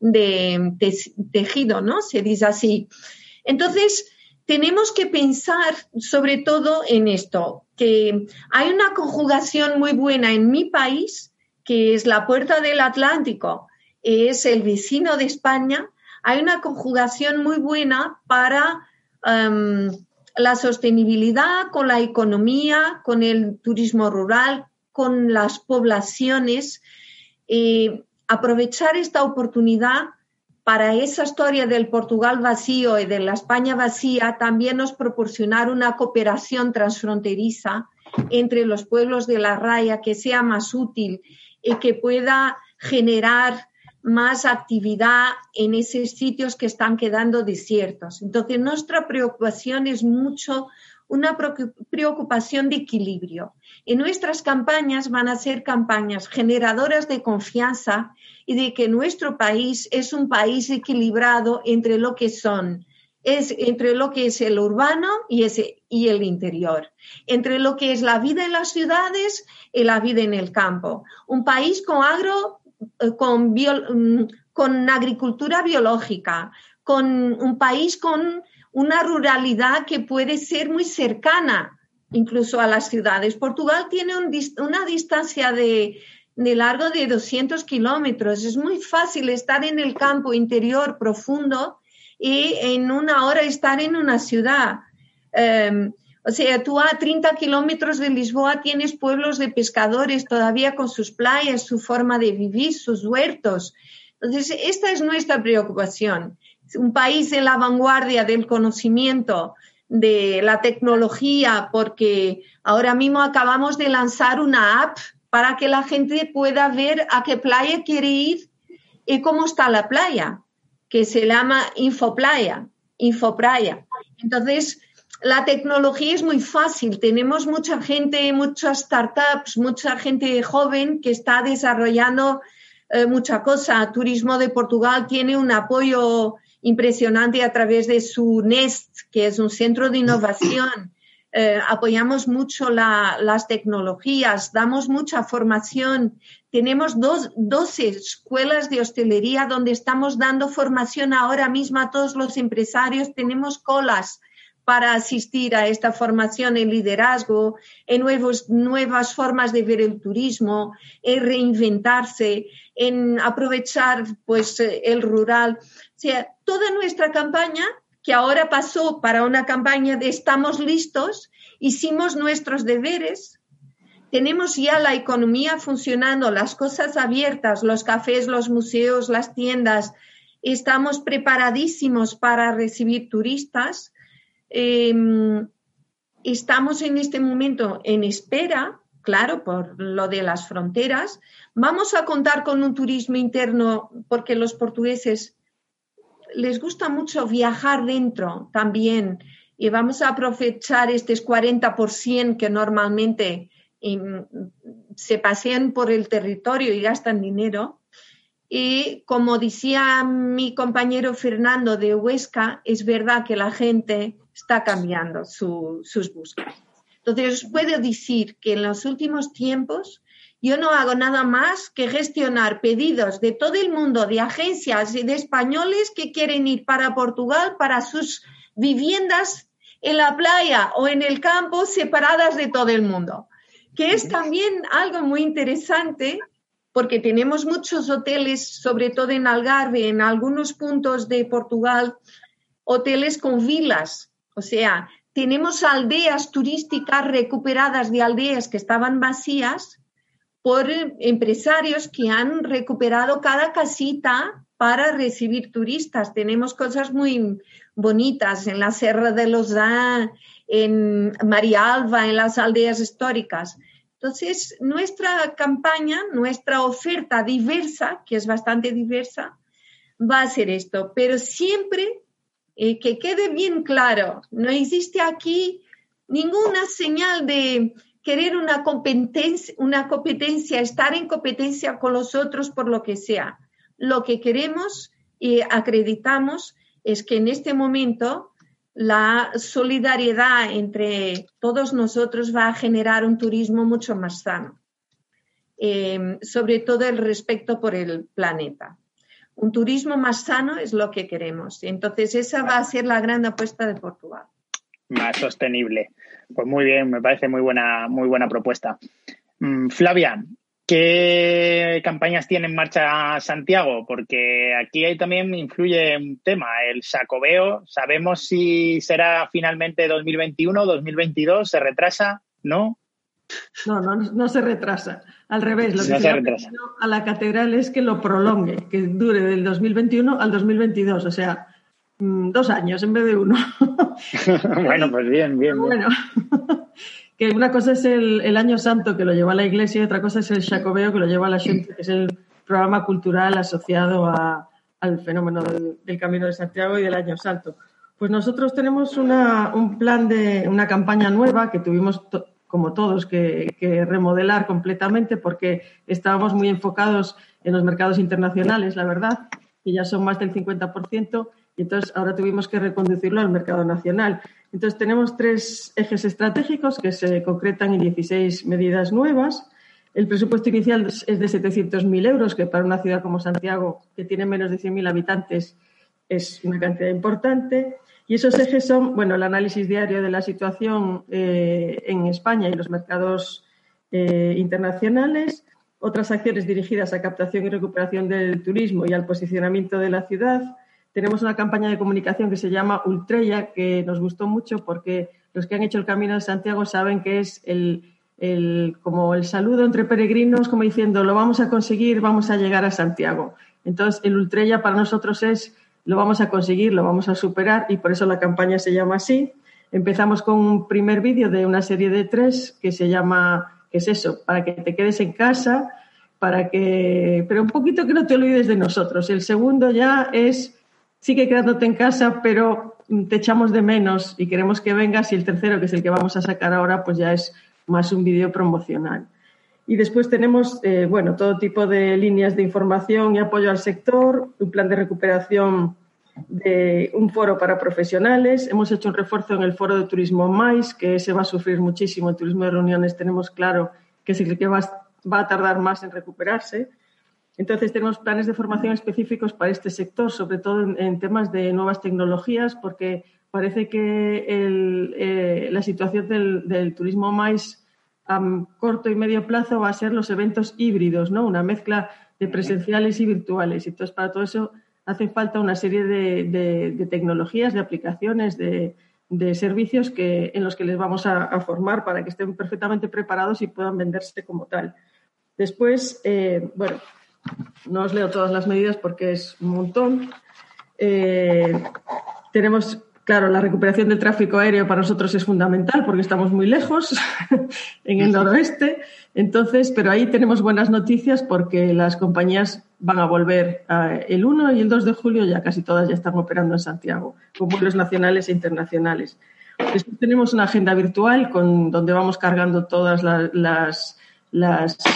de te, tejido, ¿no? Se dice así. Entonces, tenemos que pensar sobre todo en esto, que hay una conjugación muy buena en mi país, que es la puerta del Atlántico, es el vecino de España. Hay una conjugación muy buena para um, la sostenibilidad, con la economía, con el turismo rural, con las poblaciones. Eh, aprovechar esta oportunidad para esa historia del Portugal vacío y de la España vacía, también nos proporcionar una cooperación transfronteriza entre los pueblos de la raya que sea más útil y que pueda generar más actividad en esos sitios que están quedando desiertos. Entonces, nuestra preocupación es mucho una preocupación de equilibrio. Y nuestras campañas van a ser campañas generadoras de confianza y de que nuestro país es un país equilibrado entre lo que son, es entre lo que es el urbano y, ese, y el interior, entre lo que es la vida en las ciudades y la vida en el campo. Un país con agro Con, bio, con agricultura biológica, con un país con una ruralidad que puede ser muy cercana incluso a las ciudades. Portugal tiene un, una distancia de, de largo de doscientos kilómetros. Es muy fácil estar en el campo interior profundo y en una hora estar en una ciudad. Um, O sea, tú a treinta kilómetros de Lisboa tienes pueblos de pescadores todavía con sus playas, su forma de vivir, sus huertos. Entonces, esta es nuestra preocupación. Un país en la vanguardia del conocimiento, de la tecnología, porque ahora mismo acabamos de lanzar una app para que la gente pueda ver a qué playa quiere ir y cómo está la playa, que se llama Infoplaya, Infoplaya. Entonces, la tecnología es muy fácil. Tenemos mucha gente, muchas startups, mucha gente joven que está desarrollando eh, mucha cosa. Turismo de Portugal tiene un apoyo impresionante a través de su Nest, que es un centro de innovación. Eh, apoyamos mucho la, las tecnologías, damos mucha formación. Tenemos dos, doce escuelas de hostelería donde estamos dando formación ahora mismo a todos los empresarios. Tenemos colas para asistir a esta formación en liderazgo, en nuevos, nuevas formas de ver el turismo, en reinventarse, en aprovechar pues, el rural. O sea, toda nuestra campaña, que ahora pasó para una campaña de estamos listos, hicimos nuestros deberes, tenemos ya la economía funcionando, las cosas abiertas, los cafés, los museos, las tiendas, estamos preparadísimos para recibir turistas. Eh, estamos en este momento en espera, claro, por lo de las fronteras. Vamos a contar con un turismo interno porque los portugueses les gusta mucho viajar dentro también y vamos a aprovechar este cuarenta por ciento que normalmente eh, se pasean por el territorio y gastan dinero. Y como decía mi compañero Fernando de Huesca, es verdad que la gente está cambiando su, sus búsquedas. Entonces, os puedo decir que en los últimos tiempos yo no hago nada más que gestionar pedidos de todo el mundo, de agencias y de españoles que quieren ir para Portugal para sus viviendas en la playa o en el campo separadas de todo el mundo, que es también algo muy interesante porque tenemos muchos hoteles, sobre todo en Algarve, en algunos puntos de Portugal, hoteles con vilas, o sea, tenemos aldeas turísticas recuperadas de aldeas que estaban vacías por empresarios que han recuperado cada casita para recibir turistas. Tenemos cosas muy bonitas en la Serra de Lozán, en Marialva, en las aldeas históricas. Entonces, nuestra campaña, nuestra oferta diversa, que es bastante diversa, va a ser esto. Pero siempre eh, que quede bien claro, no existe aquí ninguna señal de querer una competencia, una competencia, estar en competencia con los otros por lo que sea. Lo que queremos y acreditamos es que en este momento la solidaridad entre todos nosotros va a generar un turismo mucho más sano, eh, sobre todo el respeto por el planeta. Un turismo más sano es lo que queremos. Entonces, esa va a ser la gran apuesta de Portugal. Más sostenible. Pues muy bien, me parece muy buena, muy buena propuesta. Mm, Flavia, ¿qué campañas tiene en marcha Santiago? Porque aquí ahí también influye un tema, el Xacobeo. ¿Sabemos si será finalmente dos mil veintiuno, dos mil veintidós? ¿Se retrasa? ¿No? No, no, no se retrasa. Al revés, lo que no se, se ha retrasa. pedido a la catedral es que lo prolongue, que dure del dos mil veintiuno al dos mil veintidós, o sea, dos años en vez de uno. Bueno, pues bien, bien. Bueno, que una cosa es el, el Año Santo, que lo lleva la Iglesia, y otra cosa es el Xacobeo, que lo lleva la Xunta, que es el programa cultural asociado a, al fenómeno del, del Camino de Santiago y del Año Santo. Pues nosotros tenemos una, un plan de una campaña nueva que tuvimos, to, como todos, que, que remodelar completamente porque estábamos muy enfocados en los mercados internacionales, la verdad, que ya son más del cincuenta por ciento, y entonces ahora tuvimos que reconducirlo al mercado nacional. Entonces tenemos tres ejes estratégicos que se concretan en dieciséis medidas nuevas. El presupuesto inicial es de setecientos mil euros, que para una ciudad como Santiago, que tiene menos de cien mil habitantes, es una cantidad importante. Y esos ejes son, bueno, el análisis diario de la situación eh, en España y los mercados eh, internacionales, otras acciones dirigidas a captación y recuperación del turismo y al posicionamiento de la ciudad. Tenemos una campaña de comunicación que se llama Ultrella, que nos gustó mucho porque los que han hecho el Camino de Santiago saben que es el, el, como el saludo entre peregrinos, como diciendo, lo vamos a conseguir, vamos a llegar a Santiago. Entonces, el Ultrella para nosotros es, lo vamos a conseguir, lo vamos a superar, y por eso la campaña se llama así. Empezamos con un primer vídeo de una serie de tres que se llama, ¿qué es eso? Para que te quedes en casa, para que, pero un poquito que no te olvides de nosotros. El segundo ya es, sigue quedándote en casa, pero te echamos de menos y queremos que vengas. Y el tercero, que es el que vamos a sacar ahora, pues ya es más un vídeo promocional. Y después tenemos, eh, bueno, todo tipo de líneas de información y apoyo al sector, un plan de recuperación de un foro para profesionales. Hemos hecho un refuerzo en el foro de turismo MAIS, que ese va a sufrir muchísimo. El turismo de reuniones tenemos claro que es el que va, va a tardar más en recuperarse. Entonces, tenemos planes de formación específicos para este sector, sobre todo en, en temas de nuevas tecnologías, porque parece que el, eh, la situación del, del turismo MAIS a corto y medio plazo va a ser los eventos híbridos, ¿no? Una mezcla de presenciales y virtuales. Entonces, para todo eso hace falta una serie de, de, de tecnologías, de aplicaciones, de, de servicios que, en los que les vamos a, a formar para que estén perfectamente preparados y puedan venderse como tal. Después, eh, bueno, no os leo todas las medidas porque es un montón. Eh, tenemos, claro, la recuperación del tráfico aéreo para nosotros es fundamental porque estamos muy lejos en el noroeste. Entonces, pero ahí tenemos buenas noticias porque las compañías van a volver a, el uno y el dos de julio, ya casi todas ya están operando en Santiago, con vuelos nacionales e internacionales. Después tenemos una agenda virtual con, donde vamos cargando todas las, las, las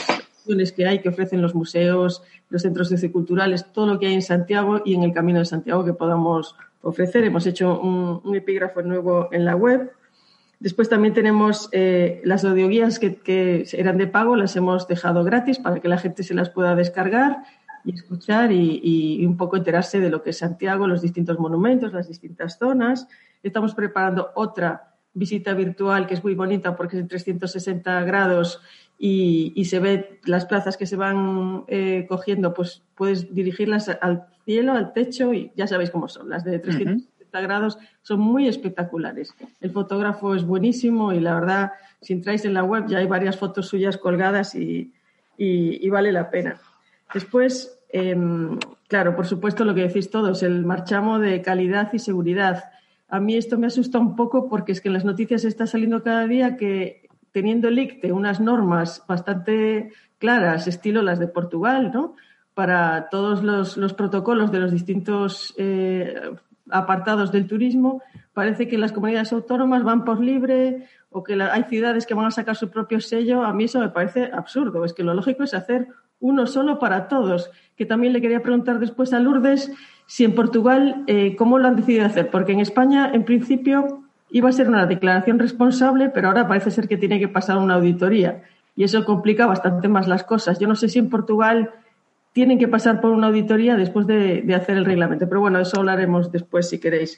opciones que hay, que ofrecen los museos, los centros socioculturales, todo lo que hay en Santiago y en el Camino de Santiago que podamos ofrecer. Hemos hecho un, un epígrafo nuevo en la web. Después también tenemos eh, las audioguías que, que eran de pago, las hemos dejado gratis para que la gente se las pueda descargar y escuchar y, y un poco enterarse de lo que es Santiago, los distintos monumentos, las distintas zonas. Estamos preparando otra visita virtual que es muy bonita porque es en trescientos sesenta grados y, y se ve las plazas que se van eh, cogiendo, pues puedes dirigirlas al cielo, al techo y ya sabéis cómo son. Las de trescientos sesenta uh-huh. grados son muy espectaculares. El fotógrafo es buenísimo y la verdad, si entráis en la web ya hay varias fotos suyas colgadas y, y, y vale la pena. Después, eh, claro, por supuesto lo que decís todos, el marchamo de calidad y seguridad. A mí esto me asusta un poco porque es que en las noticias está saliendo cada día que teniendo el ICTE unas normas bastante claras, estilo las de Portugal, ¿no? Para todos los, los protocolos de los distintos eh, apartados del turismo, parece que las comunidades autónomas van por libre o que la, hay ciudades que van a sacar su propio sello. A mí eso me parece absurdo. Es que lo lógico es hacer uno solo para todos. Que también le quería preguntar después a Lourdes si en Portugal, eh, ¿cómo lo han decidido hacer? Porque en España, en principio, iba a ser una declaración responsable, pero ahora parece ser que tiene que pasar una auditoría. Y eso complica bastante más las cosas. Yo no sé si en Portugal tienen que pasar por una auditoría después de, de hacer el reglamento. Pero bueno, eso hablaremos después si queréis.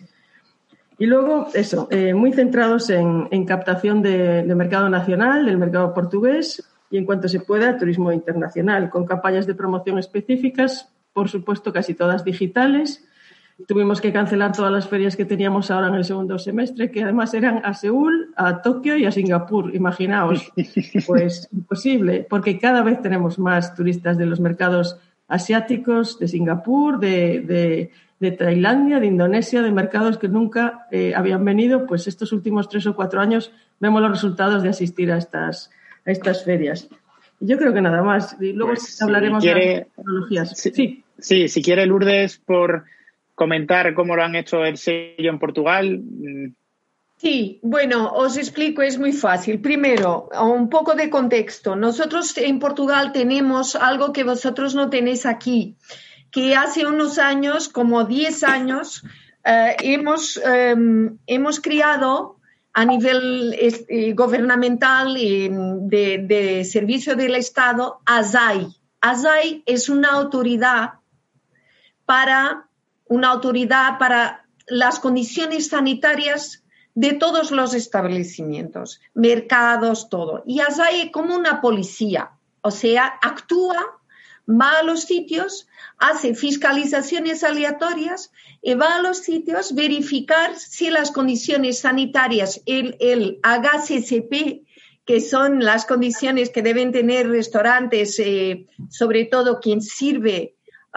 Y luego, eso, eh, muy centrados en, en captación de, de mercado nacional, del mercado portugués y en cuanto se pueda, turismo internacional, con campañas de promoción específicas, por supuesto casi todas digitales. Tuvimos que cancelar todas las ferias que teníamos ahora en el segundo semestre, que además eran a Seúl, a Tokio y a Singapur. Imaginaos, pues imposible, porque cada vez tenemos más turistas de los mercados asiáticos, de Singapur, de, de, de Tailandia, de Indonesia, de mercados que nunca eh, habían venido. Pues estos últimos tres o cuatro años vemos los resultados de asistir a estas, a estas ferias. Yo creo que nada más. Y luego pues, hablaremos si quiere, de las tecnologías. Sí, sí. sí, si quiere Lourdes, por comentar cómo lo han hecho el sello en Portugal. Sí, bueno, os explico, es muy fácil. Primero, un poco de contexto. Nosotros en Portugal tenemos algo que vosotros no tenéis aquí, que hace unos años, como diez años, eh, hemos, eh, hemos creado a nivel eh, gubernamental y de, de servicio del Estado, ASAI. ASAI es una autoridad para... una autoridad para las condiciones sanitarias de todos los establecimientos, mercados, todo. Y ASAI es como una policía, o sea, actúa, va a los sitios, hace fiscalizaciones aleatorias y va a los sitios verificar si las condiciones sanitarias, el, el H A C C P, que son las condiciones que deben tener restaurantes, eh, sobre todo quien sirve,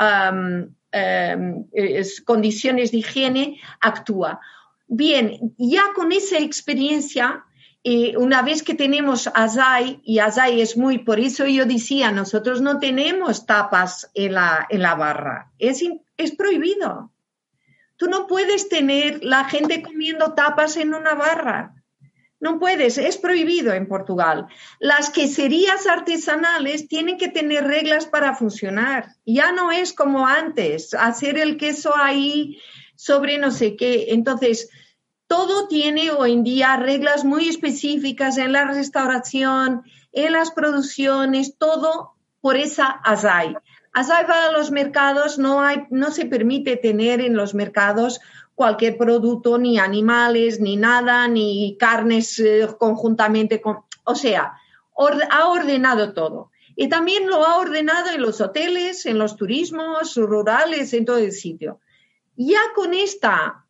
um, Um, es, condiciones de higiene, actúa. Bien, ya con esa experiencia, eh, una vez que tenemos ASAI, y ASAI es muy, por eso yo decía, nosotros no tenemos tapas en la, en la barra, es, es prohibido. Tú no puedes tener la gente comiendo tapas en una barra. No puedes, es prohibido en Portugal. Las queserías artesanales tienen que tener reglas para funcionar. Ya no es como antes, hacer el queso ahí sobre no sé qué. Entonces, todo tiene hoy en día reglas muy específicas en la restauración, en las producciones, todo por esa ASAI. ASAI va a los mercados, no hay, no se permite tener en los mercados cualquier producto, ni animales, ni nada, ni carnes eh, conjuntamente con... O sea, or, ha ordenado todo. Y también lo ha ordenado en los hoteles, en los turismos rurales, en todo el sitio. Ya con esta,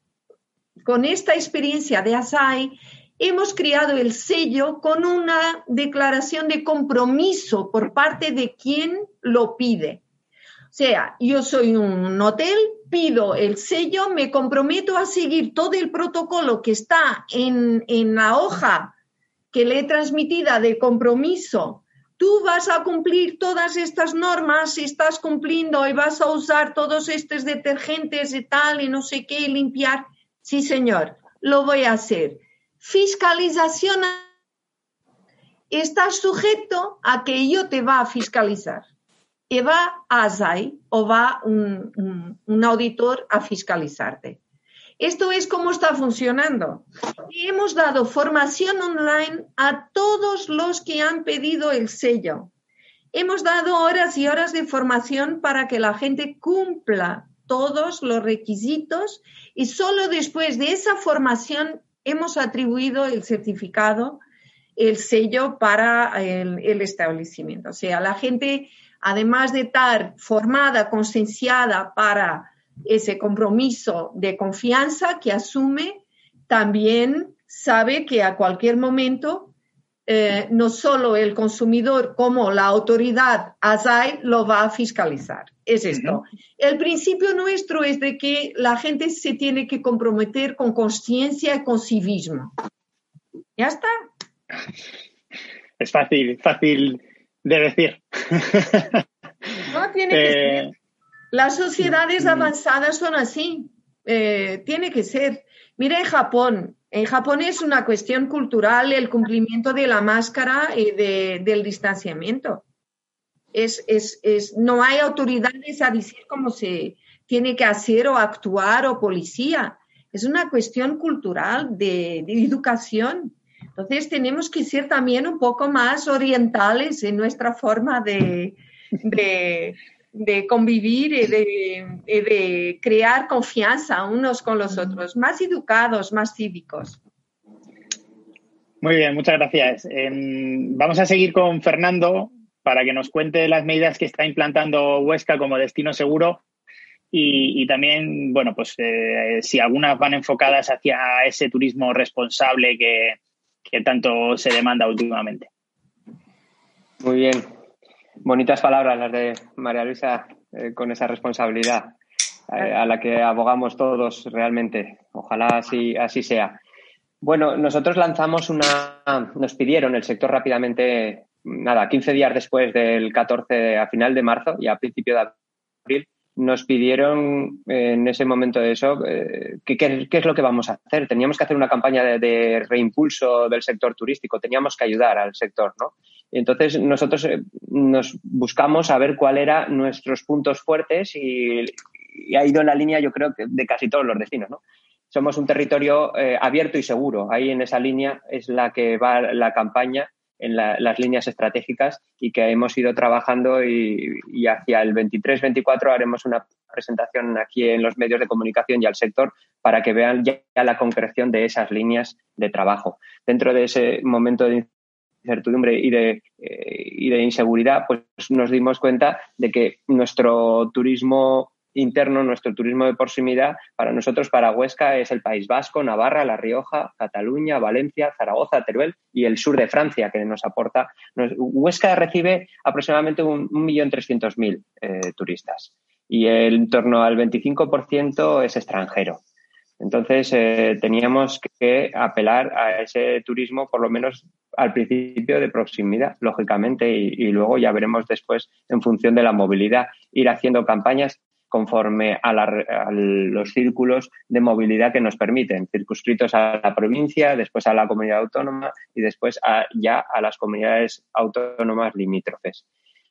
con esta experiencia de ASAI, hemos creado el sello con una declaración de compromiso por parte de quien lo pide. O sea, yo soy un hotel, pido el sello, me comprometo a seguir todo el protocolo que está en, en la hoja que le he transmitida de compromiso. Tú vas a cumplir todas estas normas, si estás cumpliendo y vas a usar todos estos detergentes y tal y no sé qué y limpiar. Sí, señor, lo voy a hacer. Fiscalización estás sujeto a que ello te va a fiscalizar. Y va a S A I o va un, un, un auditor a fiscalizarte. Esto es cómo está funcionando. Y hemos dado formación online a todos los que han pedido el sello. Hemos dado horas y horas de formación para que la gente cumpla todos los requisitos y solo después de esa formación hemos atribuido el certificado, el sello para el, el establecimiento. O sea, la gente, además de estar formada, concienciada para ese compromiso de confianza que asume, también sabe que a cualquier momento Eh, no solo el consumidor como la autoridad A S A I lo va a fiscalizar. Es esto. Uh-huh. El principio nuestro es de que la gente se tiene que comprometer con conciencia y con civismo. ¿Ya está? Es fácil, fácil de decir. No, tiene que eh... ser. Las sociedades uh-huh. avanzadas son así. Eh, tiene que ser. Mira en Japón. En Japón es una cuestión cultural el cumplimiento de la máscara y de, del distanciamiento. Es, es, es, no hay autoridades a decir cómo se tiene que hacer o actuar o policía. Es una cuestión cultural de, de educación. Entonces tenemos que ser también un poco más orientales en nuestra forma de, de, de convivir y de, y de crear confianza unos con los otros, más educados, más cívicos. Muy bien, muchas gracias. Eh, vamos a seguir con Fernando para que nos cuente las medidas que está implantando Huesca como destino seguro y, y también, bueno, pues eh, si algunas van enfocadas hacia ese turismo responsable que, que tanto se demanda últimamente. Muy bien. Bonitas palabras las de María Luisa, eh, con esa responsabilidad eh, a la que abogamos todos realmente. Ojalá así, así sea. Bueno, nosotros lanzamos una... Nos pidieron el sector rápidamente, nada, quince días después del catorce, a final de marzo y a principio de abril, nos pidieron eh, en ese momento de eso eh, ¿qué, qué, qué es lo que vamos a hacer. Teníamos que hacer una campaña de, de reimpulso del sector turístico, teníamos que ayudar al sector, ¿no? Entonces nosotros eh, nos buscamos a ver cuál eran nuestros puntos fuertes y, y ha ido en la línea, yo creo, que de casi todos los destinos, ¿no? Somos un territorio eh, abierto y seguro. Ahí en esa línea es la que va la campaña, en la, las líneas estratégicas y que hemos ido trabajando y, y hacia el veintitrés veinticuatro haremos una presentación aquí en los medios de comunicación y al sector para que vean ya, ya la concreción de esas líneas de trabajo. Dentro de ese momento de incertidumbre y de, eh, y de inseguridad, pues nos dimos cuenta de que nuestro turismo interno, nuestro turismo de proximidad, para nosotros, para Huesca, es el País Vasco, Navarra, La Rioja, Cataluña, Valencia, Zaragoza, Teruel y el sur de Francia, que nos aporta. Nos, Huesca recibe aproximadamente un millón trescientos mil eh, turistas y el, en torno al veinticinco por ciento es extranjero. Entonces, eh, teníamos que apelar a ese turismo, por lo menos al principio, de proximidad, lógicamente, y, y luego ya veremos después, en función de la movilidad, ir haciendo campañas conforme a, la, a los círculos de movilidad que nos permiten, circunscritos a la provincia, después a la comunidad autónoma y después a, ya a las comunidades autónomas limítrofes.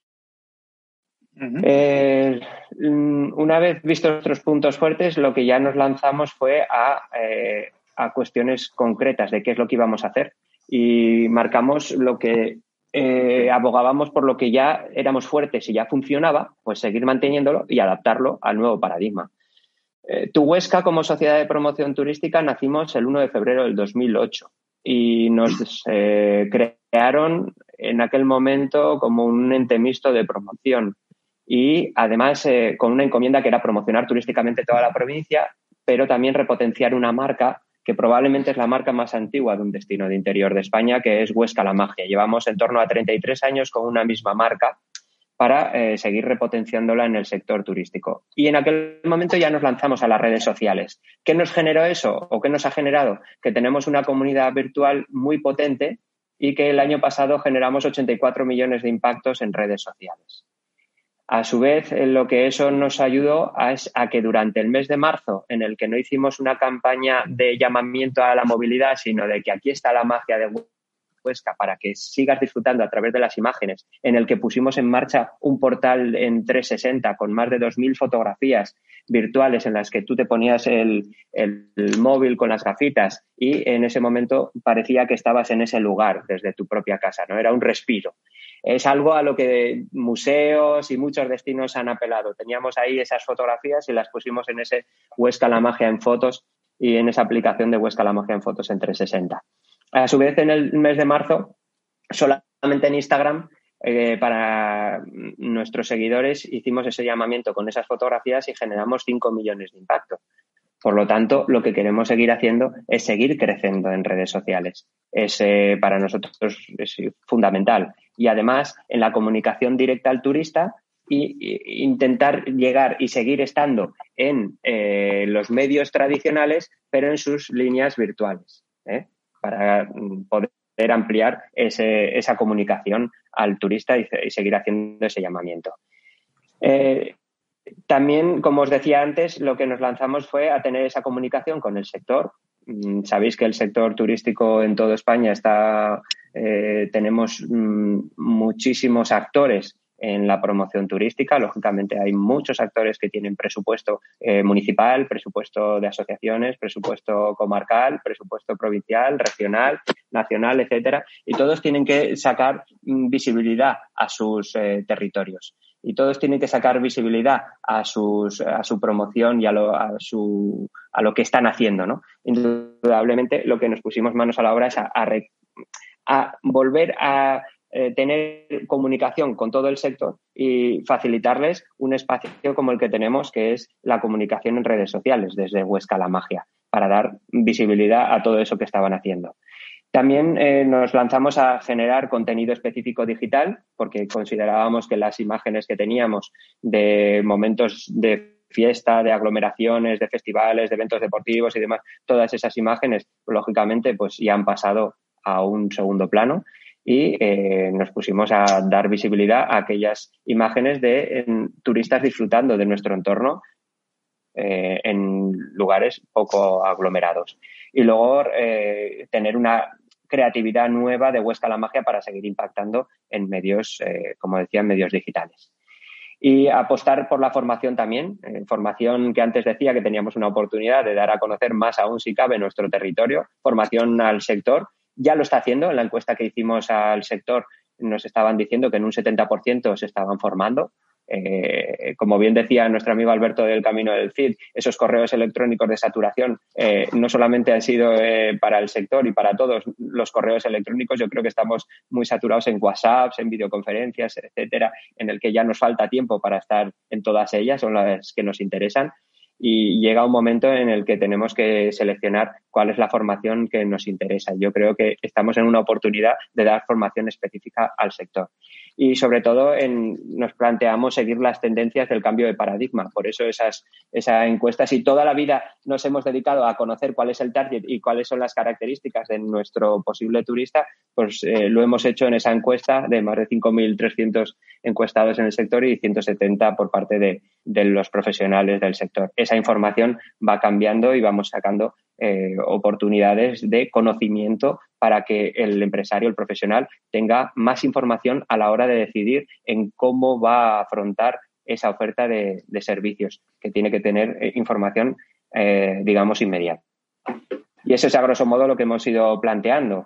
Uh-huh. Eh, una vez vistos nuestros puntos fuertes, lo que ya nos lanzamos fue a, eh, a cuestiones concretas de qué es lo que íbamos a hacer y marcamos lo que Eh, abogábamos por lo que ya éramos fuertes y ya funcionaba, pues seguir manteniéndolo y adaptarlo al nuevo paradigma. Eh, Tu Huesca, como sociedad de promoción turística, nacimos el uno de febrero del dos mil ocho y nos eh, crearon en aquel momento como un ente mixto de promoción y además eh, con una encomienda que era promocionar turísticamente toda la provincia, pero también repotenciar una marca que probablemente es la marca más antigua de un destino de interior de España, que es Huesca la Magia. Llevamos en torno a treinta y tres años con una misma marca para eh, seguir repotenciándola en el sector turístico. Y en aquel momento ya nos lanzamos a las redes sociales. ¿Qué nos generó eso o qué nos ha generado? Que tenemos una comunidad virtual muy potente y que el año pasado generamos ochenta y cuatro millones de impactos en redes sociales. A su vez, lo que eso nos ayudó a, es a que durante el mes de marzo, en el que no hicimos una campaña de llamamiento a la movilidad, sino de que aquí está la magia de Huesca para que sigas disfrutando a través de las imágenes, en el que pusimos en marcha un portal en trescientos sesenta con más de dos mil fotografías virtuales en las que tú te ponías el, el, el móvil con las gafitas y en ese momento parecía que estabas en ese lugar desde tu propia casa, ¿no? Era un respiro. Es algo a lo que museos y muchos destinos han apelado. Teníamos ahí esas fotografías y las pusimos en ese Huesca la magia en fotos y en esa aplicación de Huesca la magia en fotos en trescientos sesenta. A su vez, en el mes de marzo, solamente en Instagram, eh, para nuestros seguidores, hicimos ese llamamiento con esas fotografías y generamos cinco millones de impacto. Por lo tanto, lo que queremos seguir haciendo es seguir creciendo en redes sociales. Es, eh, para nosotros es fundamental. Y además, en la comunicación directa al turista, y, y intentar llegar y seguir estando en eh, los medios tradicionales, pero en sus líneas virtuales, ¿eh? Para poder ampliar ese, esa comunicación al turista y, y seguir haciendo ese llamamiento. Eh, también, como os decía antes, lo que nos lanzamos fue a tener esa comunicación con el sector. Sabéis que el sector turístico en toda España está, eh, tenemos mm, muchísimos actores en la promoción turística. Lógicamente hay muchos actores que tienen presupuesto eh, municipal, presupuesto de asociaciones, presupuesto comarcal, presupuesto provincial, regional, nacional, etcétera, y todos tienen que sacar mm, visibilidad a sus eh, territorios. Y todos tienen que sacar visibilidad a sus a su promoción y a lo, a su a lo que están haciendo, ¿no? Indudablemente lo que nos pusimos manos a la obra es a, a, re, a volver a eh, tener comunicación con todo el sector y facilitarles un espacio como el que tenemos, que es la comunicación en redes sociales desde Huesca la magia, para dar visibilidad a todo eso que estaban haciendo. También eh, nos lanzamos a generar contenido específico digital porque considerábamos que las imágenes que teníamos de momentos de fiesta, de aglomeraciones, de festivales, de eventos deportivos y demás, todas esas imágenes, lógicamente, pues ya han pasado a un segundo plano y eh, nos pusimos a dar visibilidad a aquellas imágenes de en, turistas disfrutando de nuestro entorno eh, en lugares poco aglomerados. Y luego eh, tener una creatividad nueva de Huesca la magia para seguir impactando en medios, eh, como decía, en medios digitales. Y apostar por la formación también, eh, formación que antes decía que teníamos una oportunidad de dar a conocer más aún si cabe nuestro territorio, formación al sector. Ya lo está haciendo. En la encuesta que hicimos al sector nos estaban diciendo que en un setenta por ciento se estaban formando. Eh, como bien decía nuestro amigo Alberto del Camino del Cid, esos correos electrónicos de saturación eh, no solamente han sido eh, para el sector y para todos los correos electrónicos. Yo creo que estamos muy saturados en WhatsApp, en videoconferencias, etcétera, en el que ya nos falta tiempo para estar en todas ellas, son las que nos interesan. Y llega un momento en el que tenemos que seleccionar cuál es la formación que nos interesa. Yo creo que estamos en una oportunidad de dar formación específica al sector. Y sobre todo en, nos planteamos seguir las tendencias del cambio de paradigma. Por eso esas, esa encuesta, si toda la vida nos hemos dedicado a conocer cuál es el target y cuáles son las características de nuestro posible turista, pues eh, lo hemos hecho en esa encuesta de más de cinco mil trescientos encuestados en el sector y ciento setenta por parte de, de los profesionales del sector. Esa información va cambiando y vamos sacando eh, oportunidades de conocimiento para que el empresario, el profesional, tenga más información a la hora de decidir en cómo va a afrontar esa oferta de, de servicios, que tiene que tener eh, información, eh, digamos, inmediata. Y eso es, a grosso modo, lo que hemos ido planteando.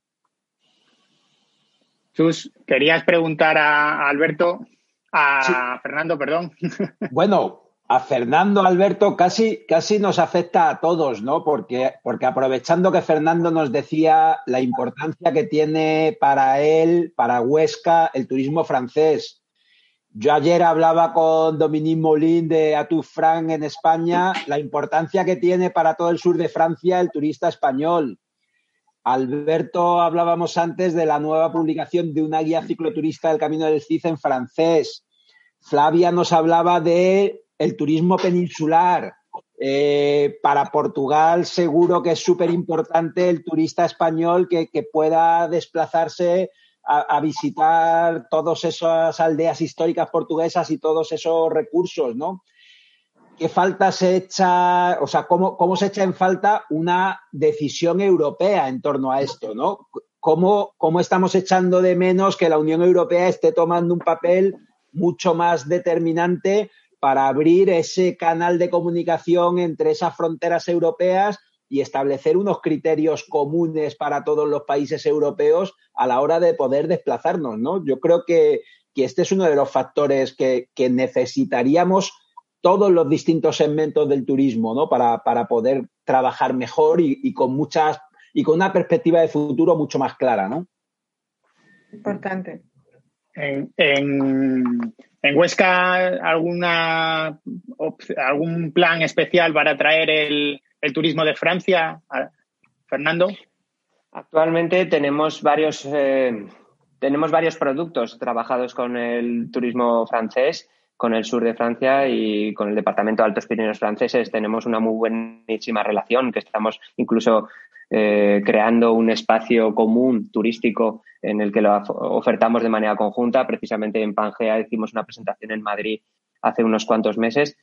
Sus, querías preguntar a Alberto, a sí. Fernando, perdón. Bueno, a Fernando, Alberto, casi, casi nos afecta a todos, ¿no? Porque, porque aprovechando que Fernando nos decía la importancia que tiene para él, para Huesca, el turismo francés. Yo ayer hablaba con Dominique Molin de Atour France en España, la importancia que tiene para todo el sur de Francia el turista español. Alberto, hablábamos antes de la nueva publicación de una guía cicloturista del Camino del Cid en francés. Flavia nos hablaba de el turismo peninsular. Eh, para Portugal seguro que es súper importante el turista español que, que pueda desplazarse a, a visitar todas esas aldeas históricas portuguesas y todos esos recursos, ¿no? ¿Qué falta se echa, o sea, cómo, cómo se echa en falta una decisión europea en torno a esto, ¿no? cómo, cómo estamos echando de menos que la Unión Europea esté tomando un papel mucho más determinante para abrir ese canal de comunicación entre esas fronteras europeas y establecer unos criterios comunes para todos los países europeos a la hora de poder desplazarnos, ¿no? Yo creo que, que este es uno de los factores que, que necesitaríamos todos los distintos segmentos del turismo, ¿no? Para, para poder trabajar mejor y, y con muchas y con una perspectiva de futuro mucho más clara, ¿no? Importante. En, en, en Huesca, alguna algún plan especial para atraer el, el turismo de Francia, Fernando. Actualmente tenemos varios eh, tenemos varios productos trabajados con el turismo francés, con el sur de Francia y con el departamento de Altos Pirineos franceses. Tenemos una muy buenísima relación, que estamos incluso eh, creando un espacio común turístico en el que lo ofertamos de manera conjunta. Precisamente en Pangea hicimos una presentación en Madrid hace unos cuantos meses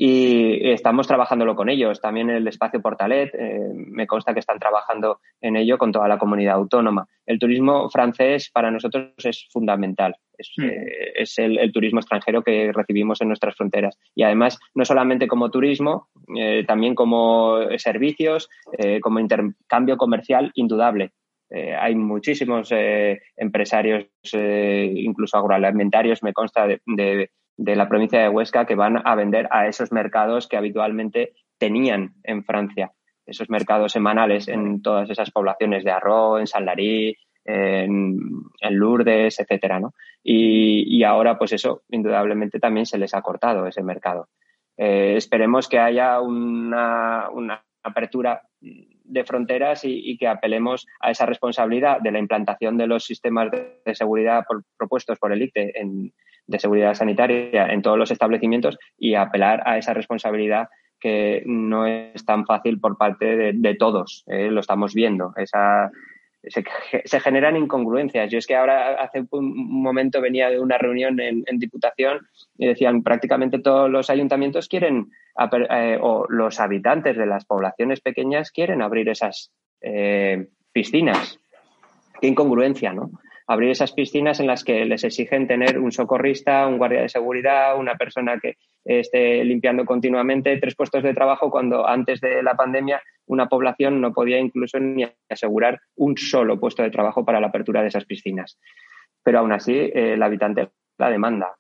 y estamos trabajándolo con ellos. También el espacio Portalet, eh, me consta que están trabajando en ello con toda la comunidad autónoma. El turismo francés para nosotros es fundamental. Es, mm. eh, es el, el turismo extranjero que recibimos en nuestras fronteras. Y además, no solamente como turismo, eh, también como servicios, eh, como intercambio comercial indudable. Eh, hay muchísimos eh, empresarios, eh, incluso agroalimentarios, me consta, de, de, de la provincia de Huesca, que van a vender a esos mercados que habitualmente tenían en Francia. Esos mercados semanales en todas esas poblaciones de Arro, en Sanlarí, en, en Lourdes, etcétera, ¿no? Y, y ahora, pues eso, indudablemente también se les ha cortado ese mercado. Eh, esperemos que haya una, una apertura de fronteras y, y que apelemos a esa responsabilidad de la implantación de los sistemas de, de seguridad por, propuestos por el I C T E en, de seguridad sanitaria en todos los establecimientos y apelar a esa responsabilidad que no es tan fácil por parte de, de todos. Eh, lo estamos viendo. Esa, se, se generan incongruencias. Yo es que ahora hace un momento venía de una reunión en, en Diputación y decían prácticamente todos los ayuntamientos quieren, eh, o los habitantes de las poblaciones pequeñas quieren abrir esas eh, piscinas. Qué incongruencia, ¿no? Abrir esas piscinas en las que les exigen tener un socorrista, un guardia de seguridad, una persona que esté limpiando continuamente, tres puestos de trabajo, cuando antes de la pandemia una población no podía incluso ni asegurar un solo puesto de trabajo para la apertura de esas piscinas. Pero aún así, eh, el habitante la demanda.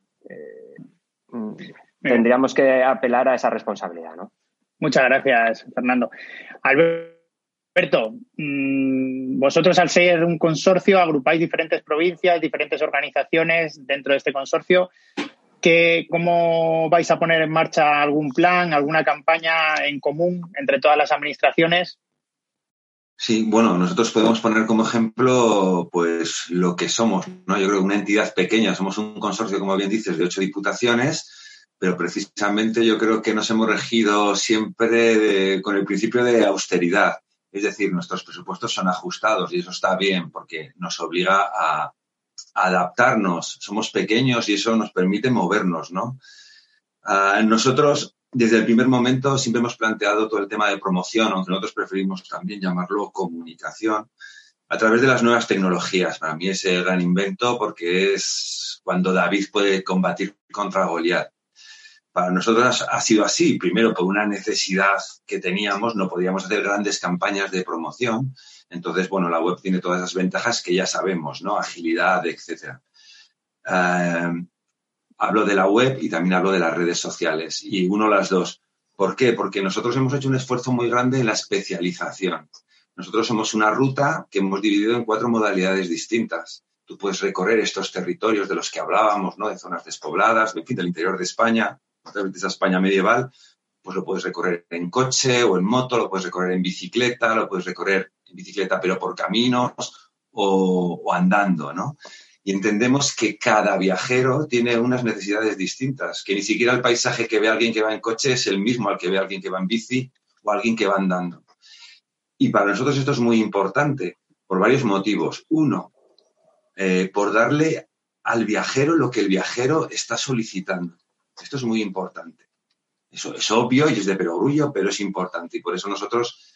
Eh, tendríamos que apelar a esa responsabilidad, ¿no? Muchas gracias, Fernando. Alberto. Alberto, vosotros al ser un consorcio agrupáis diferentes provincias, diferentes organizaciones dentro de este consorcio. ¿Qué, ¿Cómo vais a poner en marcha algún plan, alguna campaña en común entre todas las administraciones? Sí, bueno, nosotros podemos poner como ejemplo pues lo que somos, ¿no? Yo creo que una entidad pequeña, somos un consorcio, como bien dices, de ocho diputaciones, pero precisamente yo creo que nos hemos regido siempre de, con el principio de austeridad. Es decir, nuestros presupuestos son ajustados y eso está bien porque nos obliga a, a adaptarnos. Somos pequeños y eso nos permite movernos, ¿no? Uh, nosotros, desde el primer momento, siempre hemos planteado todo el tema de promoción, aunque nosotros preferimos también llamarlo comunicación, a través de las nuevas tecnologías. Para mí es el gran invento porque es cuando David puede combatir contra Goliat. Para nosotros ha sido así. Primero, por una necesidad que teníamos, no podíamos hacer grandes campañas de promoción. Entonces, bueno, la web tiene todas esas ventajas que ya sabemos, ¿no? Agilidad, etcétera. Uh, hablo de la web y también hablo de las redes sociales. Y uno las dos. ¿Por qué? Porque nosotros hemos hecho un esfuerzo muy grande en la especialización. Nosotros somos una ruta que hemos dividido en cuatro modalidades distintas. Tú puedes recorrer estos territorios de los que hablábamos, ¿no? De zonas despobladas, en fin, del interior de España, de esa España medieval, pues lo puedes recorrer en coche o en moto, lo puedes recorrer en bicicleta, lo puedes recorrer en bicicleta pero por caminos o, o andando, ¿no? Y entendemos que cada viajero tiene unas necesidades distintas, que ni siquiera el paisaje que ve alguien que va en coche es el mismo al que ve alguien que va en bici o alguien que va andando. Y para nosotros esto es muy importante por varios motivos. Uno, eh, por darle al viajero lo que el viajero está solicitando. Esto es muy importante. Eso es obvio y es de perogrullo, pero es importante. Y por eso nosotros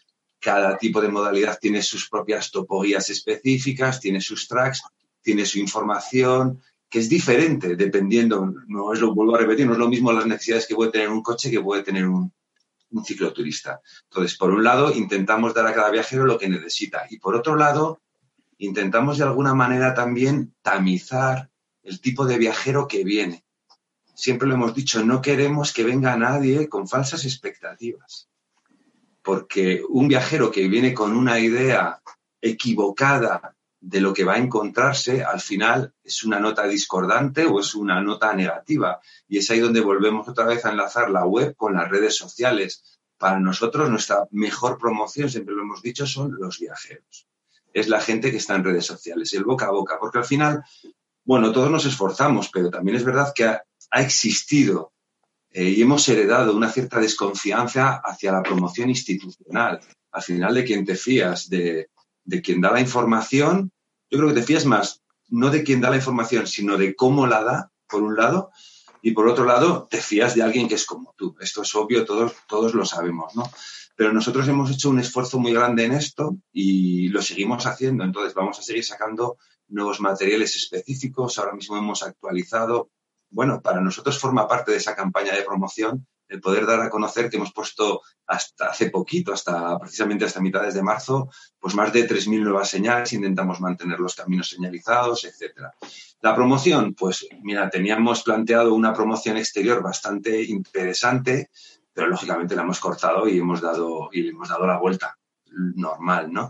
cada tipo de modalidad tiene sus propias topoguías específicas, tiene sus tracks, tiene su información, que es diferente dependiendo, no es lo vuelvo a repetir, no es lo mismo las necesidades que puede tener un coche que puede tener un, un cicloturista. Entonces, por un lado, intentamos dar a cada viajero lo que necesita y, por otro lado, intentamos de alguna manera también tamizar el tipo de viajero que viene. Siempre lo hemos dicho, no queremos que venga nadie con falsas expectativas, porque un viajero que viene con una idea equivocada de lo que va a encontrarse, al final es una nota discordante o es una nota negativa. Y es ahí donde volvemos otra vez a enlazar la web con las redes sociales. Para nosotros, nuestra mejor promoción, siempre lo hemos dicho, son los viajeros. Es la gente que está en redes sociales, el boca a boca, porque al final, bueno, todos nos esforzamos, pero también es verdad que ha, ha existido eh, y hemos heredado una cierta desconfianza hacia la promoción institucional. Al final, de quien te fías, de, de quien da la información, yo creo que te fías más no de quien da la información, sino de cómo la da, por un lado, y por otro lado, te fías de alguien que es como tú. Esto es obvio, todos, todos lo sabemos, ¿no? Pero nosotros hemos hecho un esfuerzo muy grande en esto y lo seguimos haciendo. Entonces, vamos a seguir sacando nuevos materiales específicos. Ahora mismo hemos actualizado. Bueno, para nosotros forma parte de esa campaña de promoción el poder dar a conocer que hemos puesto hasta hace poquito, hasta precisamente hasta mitades de marzo, pues más de tres mil nuevas señales. Intentamos mantener los caminos señalizados, etcétera. La promoción, pues mira, teníamos planteado una promoción exterior bastante interesante, pero lógicamente la hemos cortado y hemos dado y le hemos dado la vuelta normal, ¿no?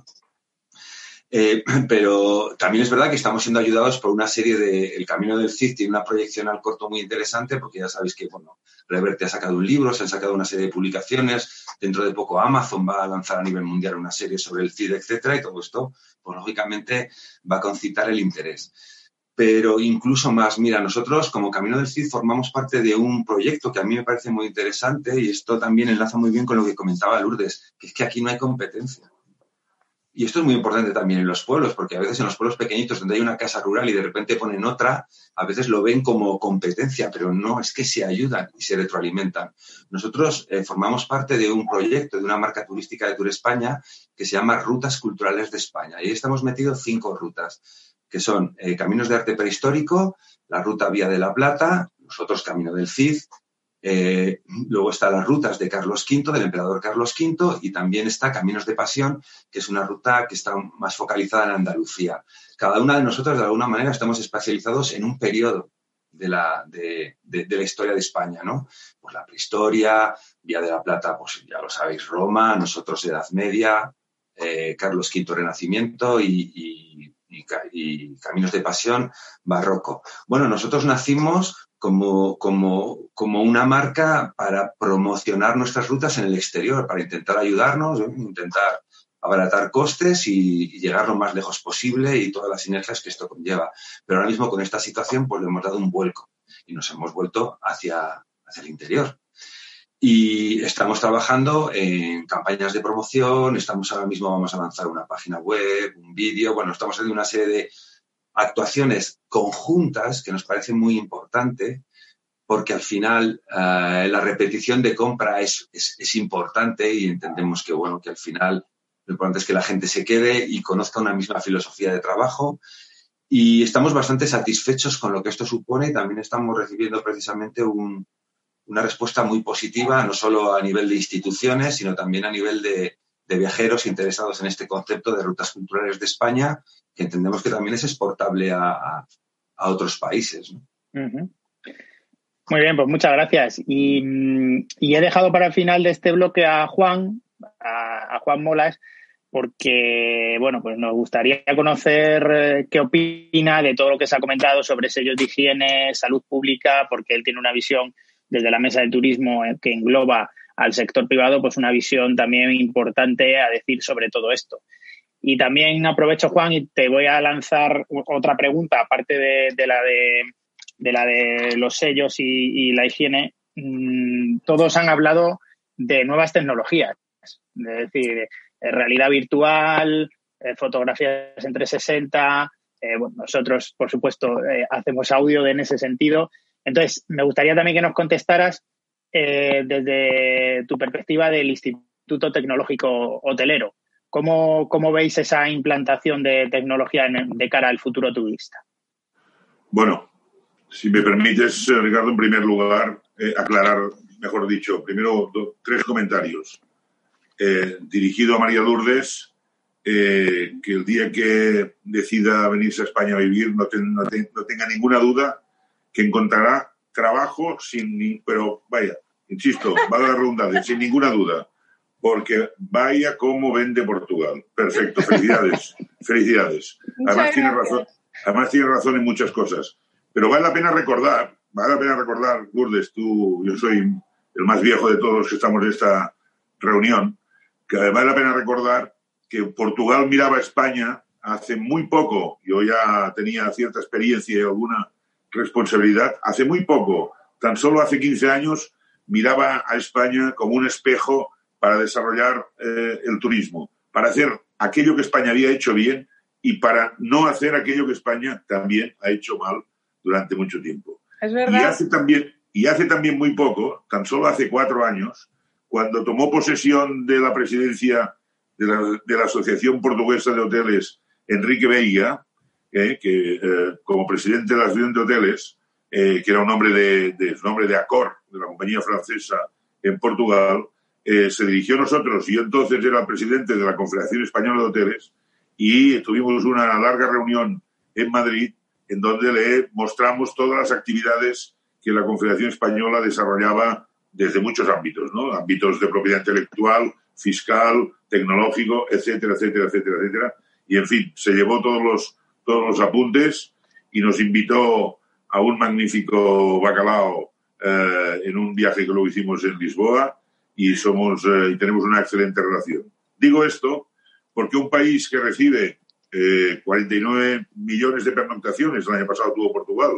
Eh, pero también es verdad que estamos siendo ayudados por una serie de... El Camino del Cid tiene una proyección al corto muy interesante porque ya sabéis que, bueno, Reverte ha sacado un libro, se han sacado una serie de publicaciones, dentro de poco Amazon va a lanzar a nivel mundial una serie sobre el Cid, etcétera, y todo esto, pues lógicamente va a concitar el interés. Pero incluso más, mira, nosotros como Camino del Cid formamos parte de un proyecto que a mí me parece muy interesante y esto también enlaza muy bien con lo que comentaba Lourdes, que es que aquí no hay competencia. Y esto es muy importante también en los pueblos, porque a veces en los pueblos pequeñitos donde hay una casa rural y de repente ponen otra, a veces lo ven como competencia, pero no, es que se ayudan y se retroalimentan. Nosotros eh, formamos parte de un proyecto, de una marca turística de Tour España que se llama Rutas Culturales de España. Y ahí estamos metidos cinco rutas, que son eh, Caminos de Arte Prehistórico, la Ruta Vía de la Plata, nosotros Camino del Cid. Eh, luego están las rutas de Carlos quinto, del emperador Carlos quinto, y también está Caminos de Pasión, que es una ruta que está más focalizada en Andalucía. Cada una de nosotros, de alguna manera, estamos especializados en un periodo de la, de, de, de la historia de España, ¿no? Pues la prehistoria, Vía de la Plata, pues ya lo sabéis, Roma, nosotros Edad Media, eh, Carlos quinto Renacimiento y, y, y, y Caminos de Pasión, Barroco. Bueno, nosotros nacimos Como, como, como una marca para promocionar nuestras rutas en el exterior, para intentar ayudarnos, ¿eh? intentar abaratar costes y, y llegar lo más lejos posible y todas las sinergias que esto conlleva. Pero ahora mismo con esta situación pues le hemos dado un vuelco y nos hemos vuelto hacia, hacia el interior. Y estamos trabajando en campañas de promoción, estamos ahora mismo, vamos a lanzar una página web, un vídeo, bueno, estamos haciendo una serie de actuaciones conjuntas que nos parece muy importante porque al final uh, la repetición de compra es, es, es importante y entendemos que, bueno, que al final lo importante es que la gente se quede y conozca una misma filosofía de trabajo y estamos bastante satisfechos con lo que esto supone y también estamos recibiendo precisamente un, una respuesta muy positiva, no solo a nivel de instituciones, sino también a nivel de, de viajeros interesados en este concepto de rutas culturales de España, que entendemos que también es exportable a, a, a otros países, ¿no? Uh-huh. Muy bien, pues muchas gracias. Y, y he dejado para el final de este bloque a Juan, a, a Juan Molas, porque, bueno, pues nos gustaría conocer qué opina de todo lo que se ha comentado sobre sellos de higiene, salud pública, porque él tiene una visión desde la mesa de turismo que engloba al sector privado, pues una visión también importante a decir sobre todo esto. Y también aprovecho, Juan, y te voy a lanzar otra pregunta, aparte de, de la de, de la de los sellos y, y la higiene. Mm, todos han hablado de nuevas tecnologías, es decir, eh, realidad virtual, eh, fotografías en trescientos sesenta. Eh, bueno, nosotros, por supuesto, eh, hacemos audio en ese sentido. Entonces, me gustaría también que nos contestaras eh, desde tu perspectiva del Instituto Tecnológico Hotelero. ¿Cómo, cómo veis esa implantación de tecnología en, de cara al futuro turista? Bueno, si me permites, Ricardo, en primer lugar, eh, aclarar, mejor dicho, primero do, tres comentarios. Eh, dirigido a María Lourdes, eh, que el día que decida venirse a España a vivir no, ten, no, ten, no tenga ninguna duda que encontrará trabajo sin ni, pero vaya, insisto, va a dar redundancia, sin ninguna duda, porque vaya cómo vende Portugal. Perfecto, felicidades, felicidades. Además tiene razón, además tiene razón en muchas cosas. Pero vale la pena recordar, vale la pena recordar, Lourdes, tú, yo soy el más viejo de todos los que estamos en esta reunión, que vale la pena recordar que Portugal miraba a España hace muy poco, yo ya tenía cierta experiencia y alguna responsabilidad, hace muy poco, tan solo hace quince años, miraba a España como un espejo para desarrollar eh, el turismo, para hacer aquello que España había hecho bien y para no hacer aquello que España también ha hecho mal durante mucho tiempo. Es verdad. Y hace también, y hace también muy poco, tan solo hace cuatro años, cuando tomó posesión de la presidencia de la, de la Asociación Portuguesa de Hoteles, Enrique Veiga, eh, que eh, como presidente de la Asociación de Hoteles, eh, que era un nombre de, de, nombre de Accor, de la compañía francesa en Portugal, eh, se dirigió a nosotros. Yo entonces era el presidente de la Confederación Española de Hoteles y tuvimos una larga reunión en Madrid en donde le mostramos todas las actividades que la Confederación Española desarrollaba desde muchos ámbitos, ¿no? Ámbitos de propiedad intelectual, fiscal, tecnológico, etcétera, etcétera, etcétera, etcétera. Y, en fin, se llevó todos los, todos los apuntes y nos invitó a un magnífico bacalao eh, en un viaje que luego hicimos en Lisboa y somos eh, y tenemos una excelente relación. Digo esto porque un país que recibe eh, cuarenta y nueve millones de pernoctaciones, el año pasado tuvo Portugal,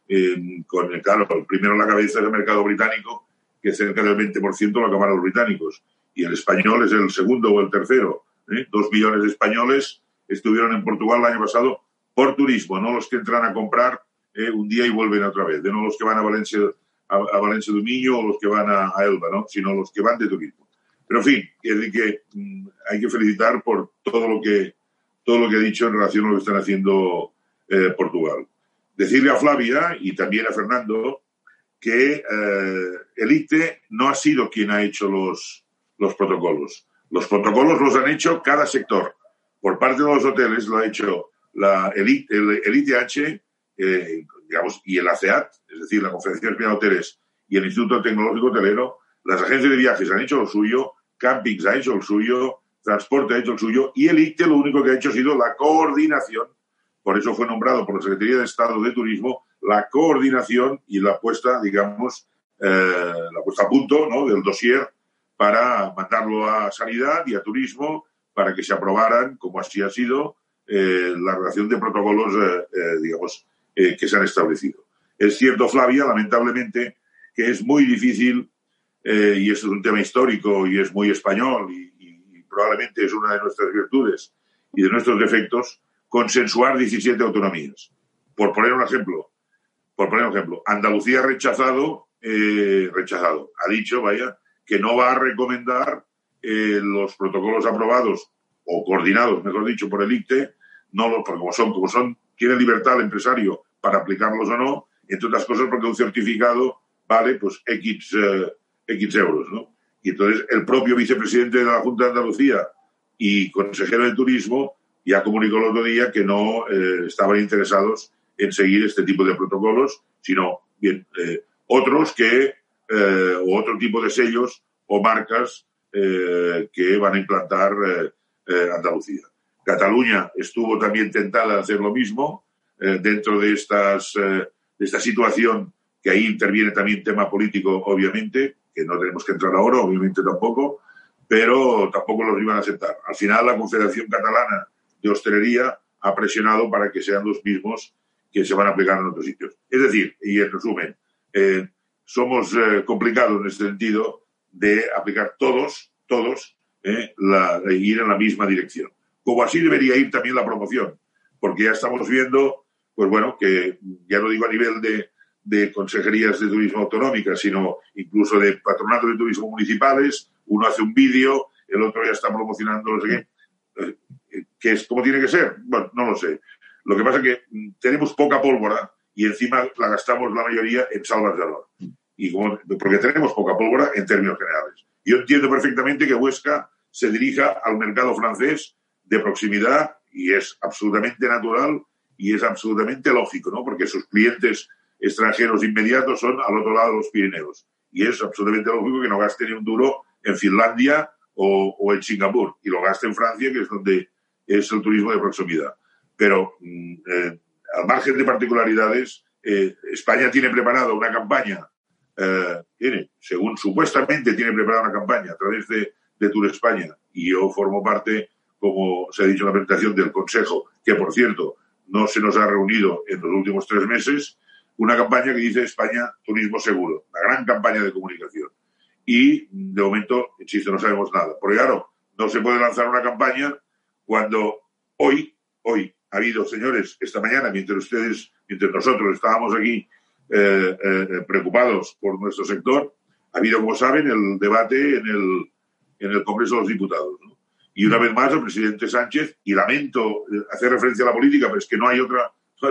eh, con el, claro, el primero en la cabeza del mercado británico, que cerca del veinte por ciento lo acabaron los británicos, y el español es el segundo o el tercero. ¿eh? Dos millones de españoles estuvieron en Portugal el año pasado por turismo, no los que entran a comprar eh, un día y vuelven otra vez, de no los que van a Valencia, a, a Valencia de Miño o los que van a, a Elba, ¿no? Sino los que van de turismo. Pero, en fin, es decir que mm, hay que felicitar por todo lo que todo lo que he dicho en relación a lo que están haciendo eh, Portugal. Decirle a Flavia y también a Fernando que eh, el I C T E no ha sido quien ha hecho los, los protocolos. Los protocolos los han hecho cada sector. Por parte de los hoteles lo ha hecho la, el, el, el I T H eh, digamos, y el A C E A T, es decir, la Confederación Española de Hoteles y el Instituto Tecnológico Hotelero. Las agencias de viajes han hecho lo suyo, Campings ha hecho lo suyo, Transporte ha hecho el suyo, y el I C T E lo único que ha hecho ha sido la coordinación. Por eso fue nombrado por la Secretaría de Estado de Turismo la coordinación y la puesta, digamos, eh, la puesta a punto, ¿no?, del dossier para mandarlo a Sanidad y a Turismo para que se aprobaran, como así ha sido, eh, la relación de protocolos, eh, eh, digamos, eh, que se han establecido. Es cierto, Flavia, lamentablemente, que es muy difícil, eh, y esto es un tema histórico y es muy español y, y, y probablemente es una de nuestras virtudes y de nuestros defectos, consensuar diecisiete autonomías. Por poner un ejemplo, por poner un ejemplo, Andalucía ha rechazado, eh, rechazado, ha dicho, vaya, que no va a recomendar eh, los protocolos aprobados o coordinados, mejor dicho, por el I C T E, no los, porque como son, como son, tiene libertad el empresario para aplicarlos o no, entre otras cosas porque un certificado vale pues X, eh, X euros, ¿no? Y entonces el propio vicepresidente de la Junta de Andalucía y consejero de Turismo ya comunicó el otro día que no eh, estaban interesados en seguir este tipo de protocolos, sino bien eh, otros que, eh, o otro tipo de sellos o marcas eh, que van a implantar eh, eh, Andalucía. Cataluña estuvo también tentada de hacer lo mismo eh, dentro de, estas, eh, de esta situación, que ahí interviene también tema político, obviamente, que no tenemos que entrar ahora, obviamente tampoco, pero tampoco los iban a aceptar. Al final, la Confederación Catalana de Hostelería ha presionado para que sean los mismos que se van a aplicar en otros sitios. Es decir, y en resumen, eh, somos eh, complicados en este sentido de aplicar todos, todos, eh, la, de ir en la misma dirección. Como así debería ir también la promoción, porque ya estamos viendo, pues bueno, que ya no digo a nivel de, de consejerías de turismo autonómicas, sino incluso de patronatos de turismo municipales, uno hace un vídeo, el otro ya está promocionando, no sé qué. eh, ¿qué es como tiene que ser? Bueno, no lo sé. Lo que pasa es que tenemos poca pólvora y encima la gastamos la mayoría en salvas de honor. Y como, porque tenemos poca pólvora en términos generales. Yo entiendo perfectamente que Huesca se dirija al mercado francés de proximidad y es absolutamente natural y es absolutamente lógico, ¿no? Porque sus clientes extranjeros inmediatos son al otro lado de los Pirineos. Y es absolutamente lógico que no gaste ni un duro en Finlandia o, o en Singapur y lo gaste en Francia, que es donde es el turismo de proximidad. Pero eh, al margen de particularidades, eh, España tiene preparada una campaña, eh, tiene, según supuestamente tiene preparada una campaña a través de, de Tour España, y yo formo parte, como se ha dicho en la presentación, del Consejo, que por cierto no se nos ha reunido en los últimos tres meses, una campaña que dice España Turismo Seguro, una gran campaña de comunicación. Y de momento, insisto, no sabemos nada. Porque claro, no se puede lanzar una campaña cuando hoy, hoy ha habido, señores, esta mañana, mientras ustedes, mientras nosotros estábamos aquí eh, eh, preocupados por nuestro sector, ha habido, como saben, el debate en el, en el Congreso de los Diputados, ¿no? Y una vez más el presidente Sánchez, y lamento hacer referencia a la política, pero es que no hay otra,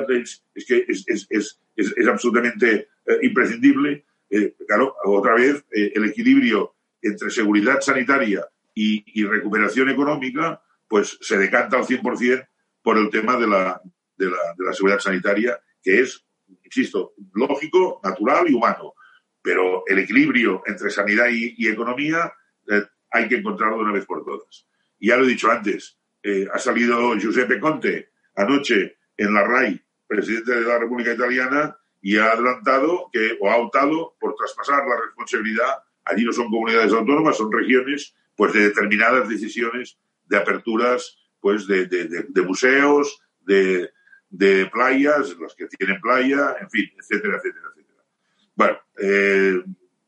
es que es, es, es, es, es absolutamente eh, imprescindible. Eh, claro, otra vez eh, el equilibrio entre seguridad sanitaria y, y recuperación económica, pues se decanta al cien por ciento por el tema de la, de la, de la seguridad sanitaria, que es, insisto, lógico, natural y humano. Pero el equilibrio entre sanidad y, y economía eh, hay que encontrarlo de una vez por todas. Y ya lo he dicho antes, eh, ha salido Giuseppe Conte anoche en la RAI, presidente de la República Italiana, y ha adelantado que, o ha optado por traspasar la responsabilidad, allí no son comunidades autónomas, son regiones, pues de determinadas decisiones de aperturas, pues de, de, de, de museos, de, de playas, los que tienen playa, en fin, etcétera, etcétera, etcétera. Bueno, eh,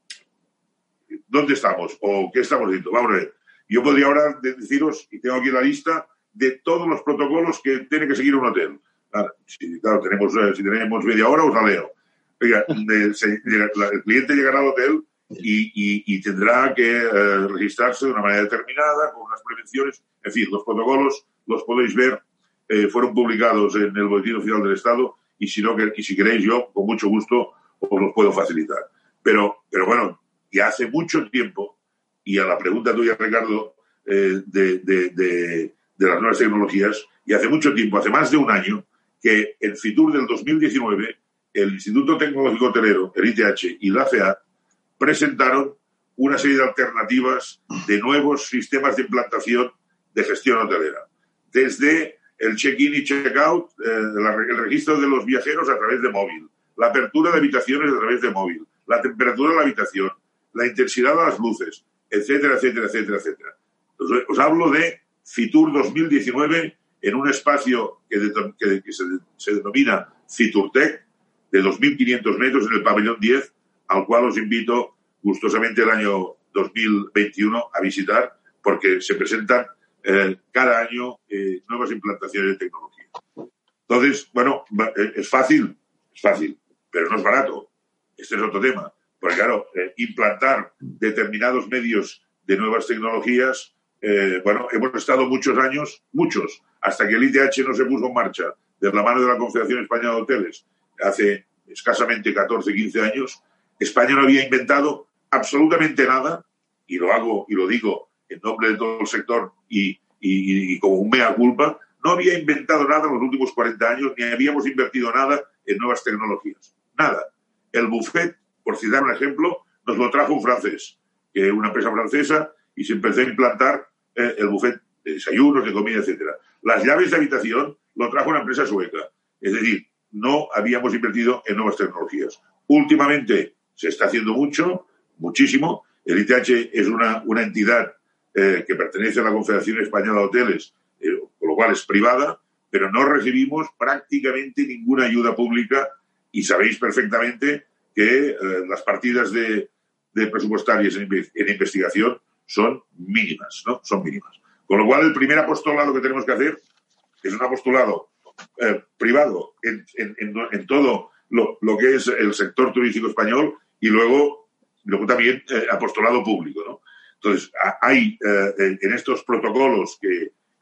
¿dónde estamos? ¿O qué estamos diciendo? Vamos a ver. Yo podría ahora deciros, y tengo aquí la lista, de todos los protocolos que tiene que seguir un hotel. Claro, si, claro tenemos, eh, si tenemos media hora, os la leo. Oiga, de, se, la, el cliente llegará al hotel y, y, y tendrá que eh, registrarse de una manera determinada, con unas prevenciones. En fin, los protocolos los podéis ver, eh, fueron publicados en el Boletín Oficial del Estado, y si, no, y si queréis yo, con mucho gusto, os los puedo facilitar. Pero, pero bueno, ya hace mucho tiempo, y a la pregunta tuya, Ricardo, eh, de, de, de, de las nuevas tecnologías, y hace mucho tiempo, hace más de un año, que en FITUR del dos mil diecinueve, el Instituto Tecnológico Hotelero, el I T H y la C E A presentaron una serie de alternativas de nuevos sistemas de implantación de gestión hotelera. Desde el check-in y check-out, eh, el registro de los viajeros a través de móvil, la apertura de habitaciones a través de móvil, la temperatura de la habitación, la intensidad de las luces, etcétera, etcétera, etcétera, etcétera. Os, os hablo de FITUR dos mil diecinueve en un espacio que, de, que, que se, se denomina FITURTEC, de dos mil quinientos metros en el pabellón diez, al cual os invito gustosamente el año dos mil veintiuno a visitar, porque se presentan eh, cada año eh, nuevas implantaciones de tecnología. Entonces, bueno, es fácil, es fácil, pero no es barato. Este es otro tema. Porque, claro, eh, implantar determinados medios de nuevas tecnologías, eh, bueno, hemos estado muchos años, muchos, hasta que el I T H no se puso en marcha de la mano de la Confederación Española de Hoteles hace escasamente catorce, quince años. España no había inventado absolutamente nada, y lo hago y lo digo en nombre de todo el sector y, y, y como un mea culpa, no había inventado nada en los últimos cuarenta años, ni habíamos invertido nada en nuevas tecnologías. Nada. El buffet, por citar un ejemplo, nos lo trajo un francés, que es una empresa francesa, y se empezó a implantar eh, el buffet de desayunos, de comida, etcétera. Las llaves de habitación lo trajo una empresa sueca. Es decir, no habíamos invertido en nuevas tecnologías. Últimamente se está haciendo mucho, muchísimo. El I T H es una, una entidad eh, que pertenece a la Confederación Española de Hoteles, eh, con lo cual es privada, pero no recibimos prácticamente ninguna ayuda pública, y sabéis perfectamente que eh, las partidas de, de presupuestarias en, en investigación son mínimas, ¿no? Son mínimas. Con lo cual, el primer apostolado que tenemos que hacer es un apostolado eh, privado en, en, en, en todo lo, lo que es el sector turístico español, y luego, luego también eh, apostolado público, ¿no? Entonces, hay eh, en estos protocolos que,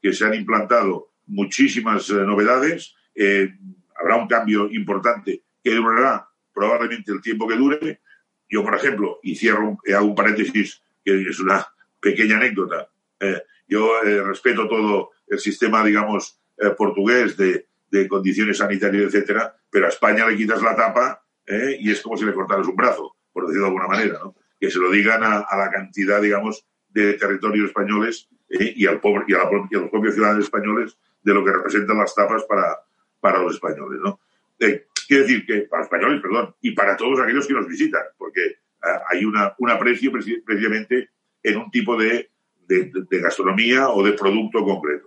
que se han implantado muchísimas eh, novedades. Eh, habrá un cambio importante que durará probablemente el tiempo que dure. Yo, por ejemplo, y cierro, eh, hago un paréntesis, que es una pequeña anécdota. Eh, yo eh, respeto todo el sistema, digamos, eh, portugués de, de condiciones sanitarias, etcétera, pero a España le quitas la tapa eh, y es como si le cortaras un brazo, por decirlo de alguna manera, ¿no? Que se lo digan a, a la cantidad, digamos, de territorios españoles eh, y, al pobre, y, a la, y a los propios ciudadanos españoles de lo que representan las tapas para, para los españoles, ¿no? Eh, quiero decir que, para los españoles, perdón, y para todos aquellos que nos visitan, porque eh, hay una, un aprecio preci- precisamente en un tipo de, de, de gastronomía o de producto concreto.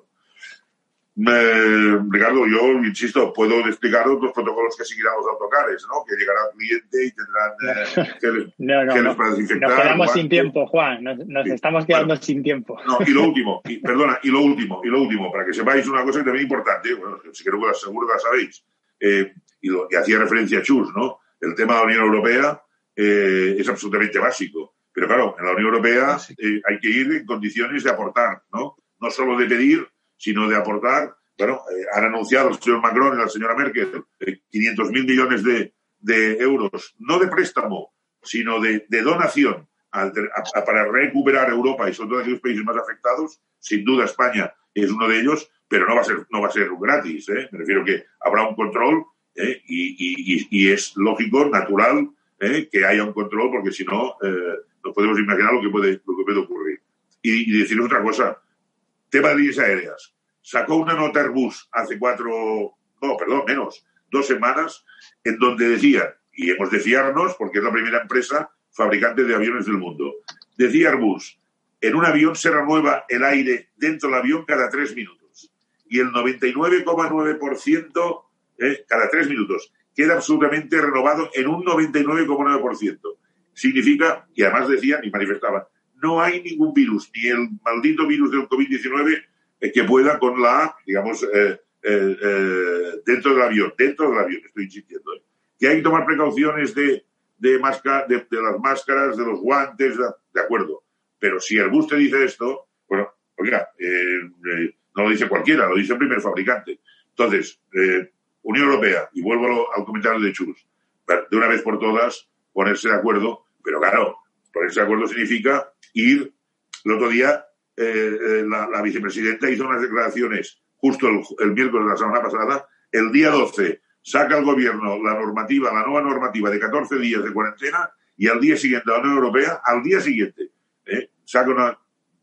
Eh, Ricardo, yo insisto, puedo explicaros los protocolos que seguirán los autocares, ¿no? Que llegará el cliente y tendrán eh, geles, no, no, geles no. para desinfectar. Nos quedamos guantes. sin tiempo, Juan. Nos, nos Sí. estamos quedando Bueno, sin tiempo. No, y lo último, y, perdona, y lo último, y lo último, para que sepáis una cosa que también es importante, bueno, si creo que la, seguro que la sabéis, eh, y, lo, y hacía referencia a Chus, ¿no? El tema de la Unión Europea eh, es absolutamente básico. Pero claro, en la Unión Europea eh, hay que ir en condiciones de aportar, ¿no? No solo de pedir, sino de aportar. Bueno, eh, han anunciado el señor Macron y la señora Merkel eh, quinientos mil millones de, de euros, no de préstamo, sino de, de donación a, a, para recuperar Europa y sobre todo aquellos países más afectados. Sin duda España es uno de ellos, pero no va a ser, no va a ser gratis, ¿eh? Me refiero que habrá un control ¿eh? y, y, y es lógico, natural, ¿eh? que haya un control, porque si no, eh, nos podemos imaginar lo que puede, lo que puede ocurrir. Y, y deciros otra cosa, tema de líneas aéreas. Sacó una nota Airbus hace cuatro, no, perdón, menos, dos semanas, en donde decían, y hemos de fiarnos porque es la primera empresa fabricante de aviones del mundo, decía Airbus, en un avión se renueva el aire dentro del avión cada tres minutos. Y el noventa y nueve coma nueve por ciento, eh, cada tres minutos, queda absolutamente renovado en un noventa y nueve coma nueve por ciento. Significa, y además decían y manifestaban, no hay ningún virus, ni el maldito virus del covid diecinueve, que pueda con la, digamos, eh, eh, eh, dentro del avión, dentro del avión, estoy insistiendo, ¿eh? Que hay que tomar precauciones de, de, masca, de, de las máscaras, de los guantes, de, de acuerdo. Pero si Airbus te dice esto, bueno, oiga, eh, eh, no lo dice cualquiera, lo dice el primer fabricante. Entonces, eh, Unión Europea, y vuelvo al comentario de Chus, de una vez por todas, ponerse de acuerdo, pero claro, ponerse de acuerdo significa ir el otro día. Eh, eh, la, la vicepresidenta hizo unas declaraciones justo el, el miércoles de la semana pasada. El día doce saca el gobierno la normativa, la nueva normativa de catorce días de cuarentena, y al día siguiente la Unión Europea, al día siguiente, eh, saca una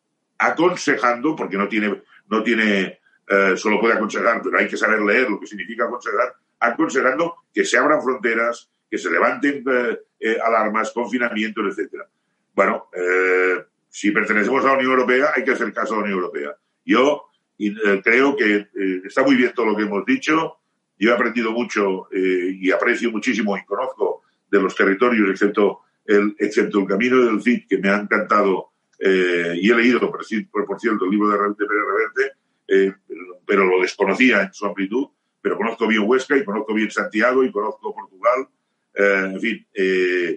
aconsejando, porque no tiene, no tiene eh, solo puede aconsejar, pero hay que saber leer lo que significa aconsejar, aconsejando que se abran fronteras, que se levanten eh, eh, alarmas, confinamientos, etcétera. Bueno, eh, si pertenecemos a la Unión Europea, hay que hacer caso a la Unión Europea. Yo eh, creo que eh, está muy bien todo lo que hemos dicho. Yo he aprendido mucho eh, y aprecio muchísimo y conozco de los territorios, excepto el, excepto el camino del Cid, que me ha encantado, eh, y he leído, por, por cierto, el libro de, de Pérez Reverte, eh, pero, pero lo desconocía en su amplitud, pero conozco bien Huesca y conozco bien Santiago y conozco Portugal. Eh, en fin, eh,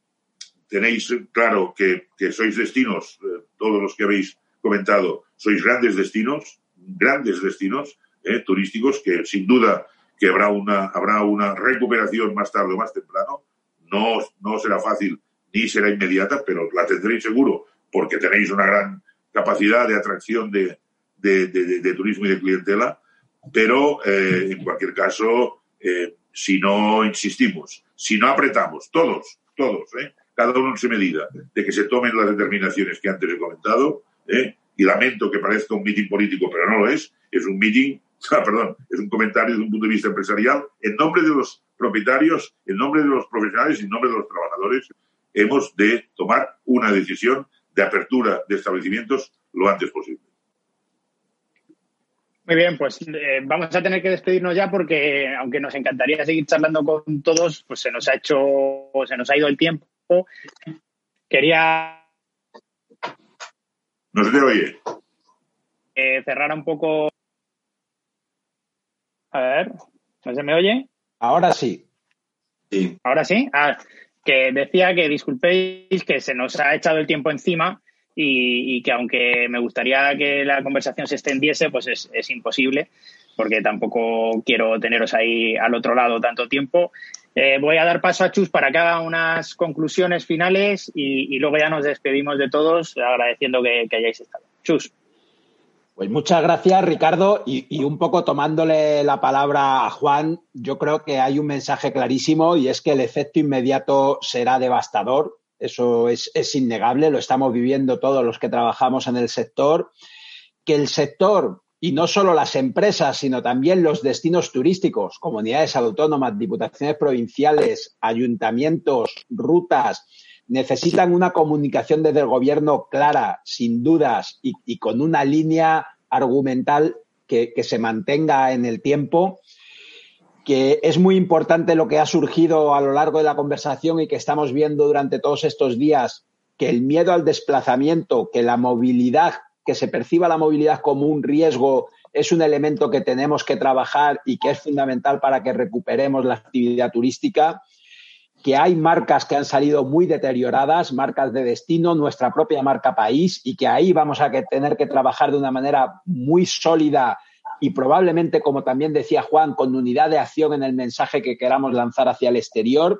tenéis claro que, que sois destinos, eh, todos los que habéis comentado, sois grandes destinos, grandes destinos eh, turísticos, que sin duda que habrá una, habrá una recuperación más tarde o más temprano. No, no será fácil ni será inmediata, pero la tendréis seguro, porque tenéis una gran capacidad de atracción de, de, de, de, de turismo y de clientela. Pero, eh, en cualquier caso, eh, si no insistimos, si no apretamos, todos, todos, eh, cada uno en su medida, de que se tomen las determinaciones que antes he comentado, ¿eh? Y lamento que parezca un mitin político, pero no lo es, es un mitin, ah, perdón, es un comentario desde un punto de vista empresarial, en nombre de los propietarios, en nombre de los profesionales y en nombre de los trabajadores, hemos de tomar una decisión de apertura de establecimientos lo antes posible. Muy bien, pues eh, vamos a tener que despedirnos ya porque, aunque nos encantaría seguir charlando con todos, pues se nos ha hecho, se nos ha ido el tiempo. Quería... No se te oye. Eh, cerrar un poco... A ver, ¿no se me oye? Ahora sí. Sí. ¿Ahora sí? Ah, que decía que disculpéis que se nos ha echado el tiempo encima y, y que aunque me gustaría que la conversación se extendiese, pues es, es imposible, porque tampoco quiero teneros ahí al otro lado tanto tiempo. Eh, voy a dar paso a Chus para que haga unas conclusiones finales y, y luego ya nos despedimos de todos agradeciendo que, que hayáis estado. Chus. Pues muchas gracias, Ricardo. Y, y un poco tomándole la palabra a Juan, yo creo que hay un mensaje clarísimo y es que el efecto inmediato será devastador. Eso es, es innegable, lo estamos viviendo todos los que trabajamos en el sector. Que el sector, y no solo las empresas, sino también los destinos turísticos, comunidades autónomas, diputaciones provinciales, ayuntamientos, rutas, necesitan una comunicación desde el gobierno clara, sin dudas, y, y con una línea argumental que, que se mantenga en el tiempo, que es muy importante lo que ha surgido a lo largo de la conversación y que estamos viendo durante todos estos días, que el miedo al desplazamiento, que la movilidad, que se perciba la movilidad como un riesgo, es un elemento que tenemos que trabajar y que es fundamental para que recuperemos la actividad turística, que hay marcas que han salido muy deterioradas, marcas de destino, nuestra propia marca país, y que ahí vamos a que tener que trabajar de una manera muy sólida y probablemente, como también decía Juan, con unidad de acción en el mensaje que queramos lanzar hacia el exterior.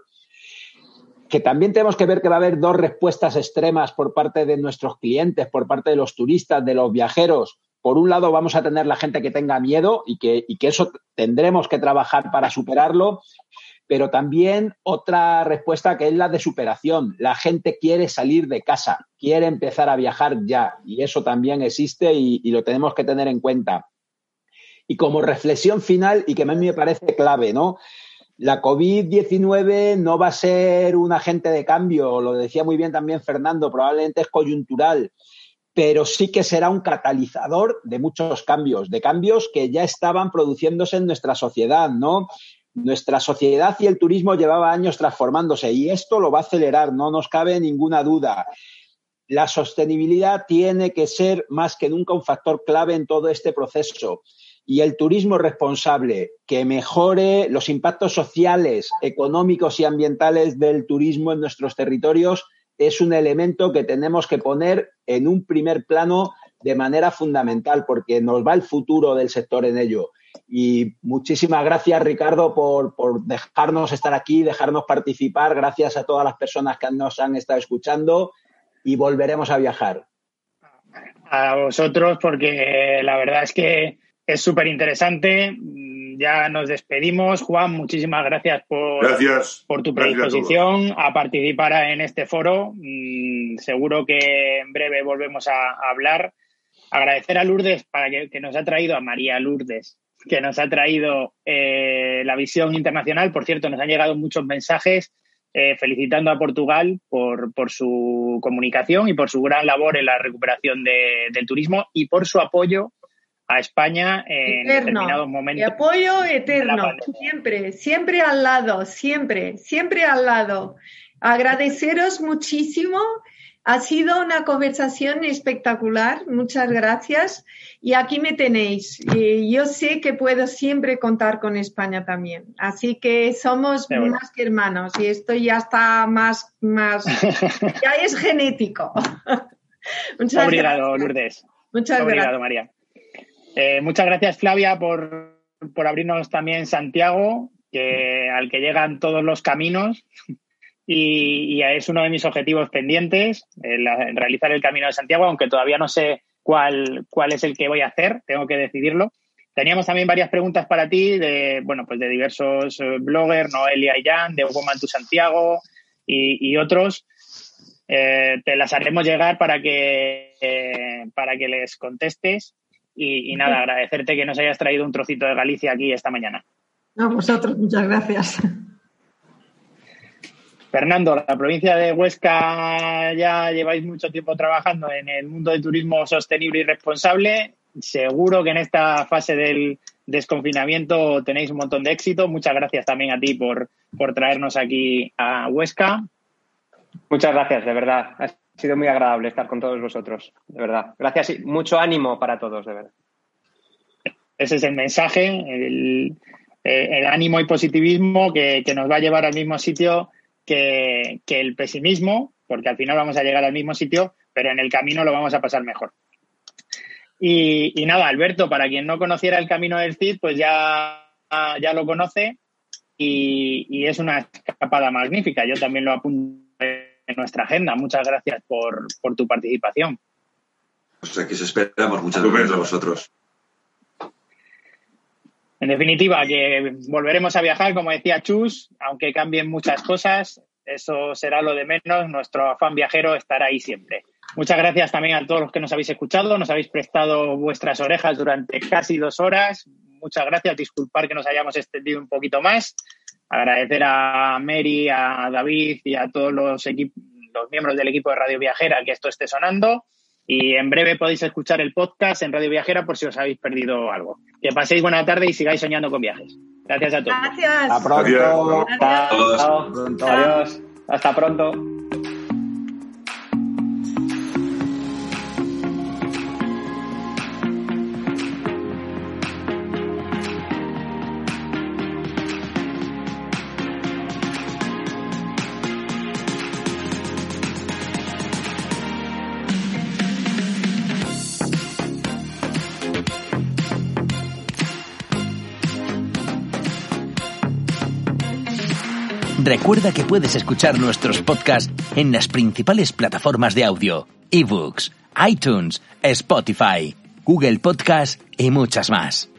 Que también tenemos que ver que va a haber dos respuestas extremas por parte de nuestros clientes, por parte de los turistas, de los viajeros. Por un lado, vamos a tener la gente que tenga miedo y que, y que eso tendremos que trabajar para superarlo, pero también otra respuesta que es la de superación. La gente quiere salir de casa, quiere empezar a viajar ya, y eso también existe y, y lo tenemos que tener en cuenta. Y como reflexión final, y que a mí me parece clave, ¿no? La COVID diecinueve no va a ser un agente de cambio, lo decía muy bien también Fernando, probablemente es coyuntural, pero sí que será un catalizador de muchos cambios, de cambios que ya estaban produciéndose en nuestra sociedad, ¿no? Nuestra sociedad y el turismo llevaba años transformándose y esto lo va a acelerar, no nos cabe ninguna duda. La sostenibilidad tiene que ser más que nunca un factor clave en todo este proceso. Y el turismo responsable, que mejore los impactos sociales, económicos y ambientales del turismo en nuestros territorios, es un elemento que tenemos que poner en un primer plano de manera fundamental, porque nos va el futuro del sector en ello. Y muchísimas gracias, Ricardo, por, por dejarnos estar aquí, dejarnos participar. Gracias a todas las personas que nos han estado escuchando y volveremos a viajar. A vosotros, porque la verdad es que es súper interesante. Ya nos despedimos. Juan, muchísimas gracias por, gracias. por tu predisposición a, a participar en este foro. Mm, seguro que en breve volvemos a, a hablar. Agradecer a Lourdes para que, que nos ha traído, a María Lourdes, que nos ha traído eh, la visión internacional. Por cierto, nos han llegado muchos mensajes eh, felicitando a Portugal por, por su comunicación y por su gran labor en la recuperación de, del turismo y por su apoyo a España en eterno, determinados momentos. Y apoyo eterno, siempre, siempre al lado, siempre, siempre al lado. Agradeceros muchísimo. Ha sido una conversación espectacular. Muchas gracias. Y aquí me tenéis. Y yo sé que puedo siempre contar con España también. Así que somos bueno. más que hermanos. Y esto ya está más, más, ya es genético. Muchas Obrigado, gracias. Lourdes. Muchas Obrigado, gracias. María. Eh, muchas gracias, Flavia, por, por abrirnos también Santiago, que, al que llegan todos los caminos. Y, y es uno de mis objetivos pendientes, el, el realizar el Camino de Santiago, aunque todavía no sé cuál, cuál es el que voy a hacer, tengo que decidirlo. Teníamos también varias preguntas para ti, de, bueno, pues de diversos bloggers, Noelia y Jan, de Woman to Santiago y, y otros. Eh, te las haremos llegar para que, eh, para que les contestes. Y, y nada, agradecerte que nos hayas traído un trocito de Galicia aquí esta mañana. A vosotros, muchas gracias. Fernando, la provincia de Huesca ya lleváis mucho tiempo trabajando en el mundo del turismo sostenible y responsable. Seguro que en esta fase del desconfinamiento tenéis un montón de éxito. Muchas gracias también a ti por, por traernos aquí a Huesca. Muchas gracias, de verdad. Ha sido muy agradable estar con todos vosotros, de verdad. Gracias y mucho ánimo para todos, de verdad. Ese es el mensaje, el, el ánimo y positivismo que, que nos va a llevar al mismo sitio que, que el pesimismo, porque al final vamos a llegar al mismo sitio, pero en el camino lo vamos a pasar mejor. Y, y nada, Alberto, para quien no conociera el camino del Cid, pues ya, ya lo conoce y, y es una escapada magnífica. Yo también lo apunto en nuestra agenda. Muchas gracias por, por tu participación. O sea, que os esperamos. Muchas gracias a vosotros. En definitiva, que volveremos a viajar, como decía Chus, aunque cambien muchas cosas, eso será lo de menos. Nuestro afán viajero estará ahí siempre. Muchas gracias también a todos los que nos habéis escuchado, nos habéis prestado vuestras orejas durante casi dos horas. Muchas gracias, disculpar que nos hayamos extendido un poquito más. Agradecer a Mary, a David y a todos los, equip- los miembros del equipo de Radio Viajera que esto esté sonando. Y en breve podéis escuchar el podcast en Radio Viajera por si os habéis perdido algo. Que paséis buena tarde y sigáis soñando con viajes. Gracias a todos. Gracias. Hasta pronto. Adiós. Chao. Pronto. Adiós. Hasta pronto. Recuerda que puedes escuchar nuestros podcasts en las principales plataformas de audio, eBooks, iTunes, Spotify, Google Podcast y muchas más.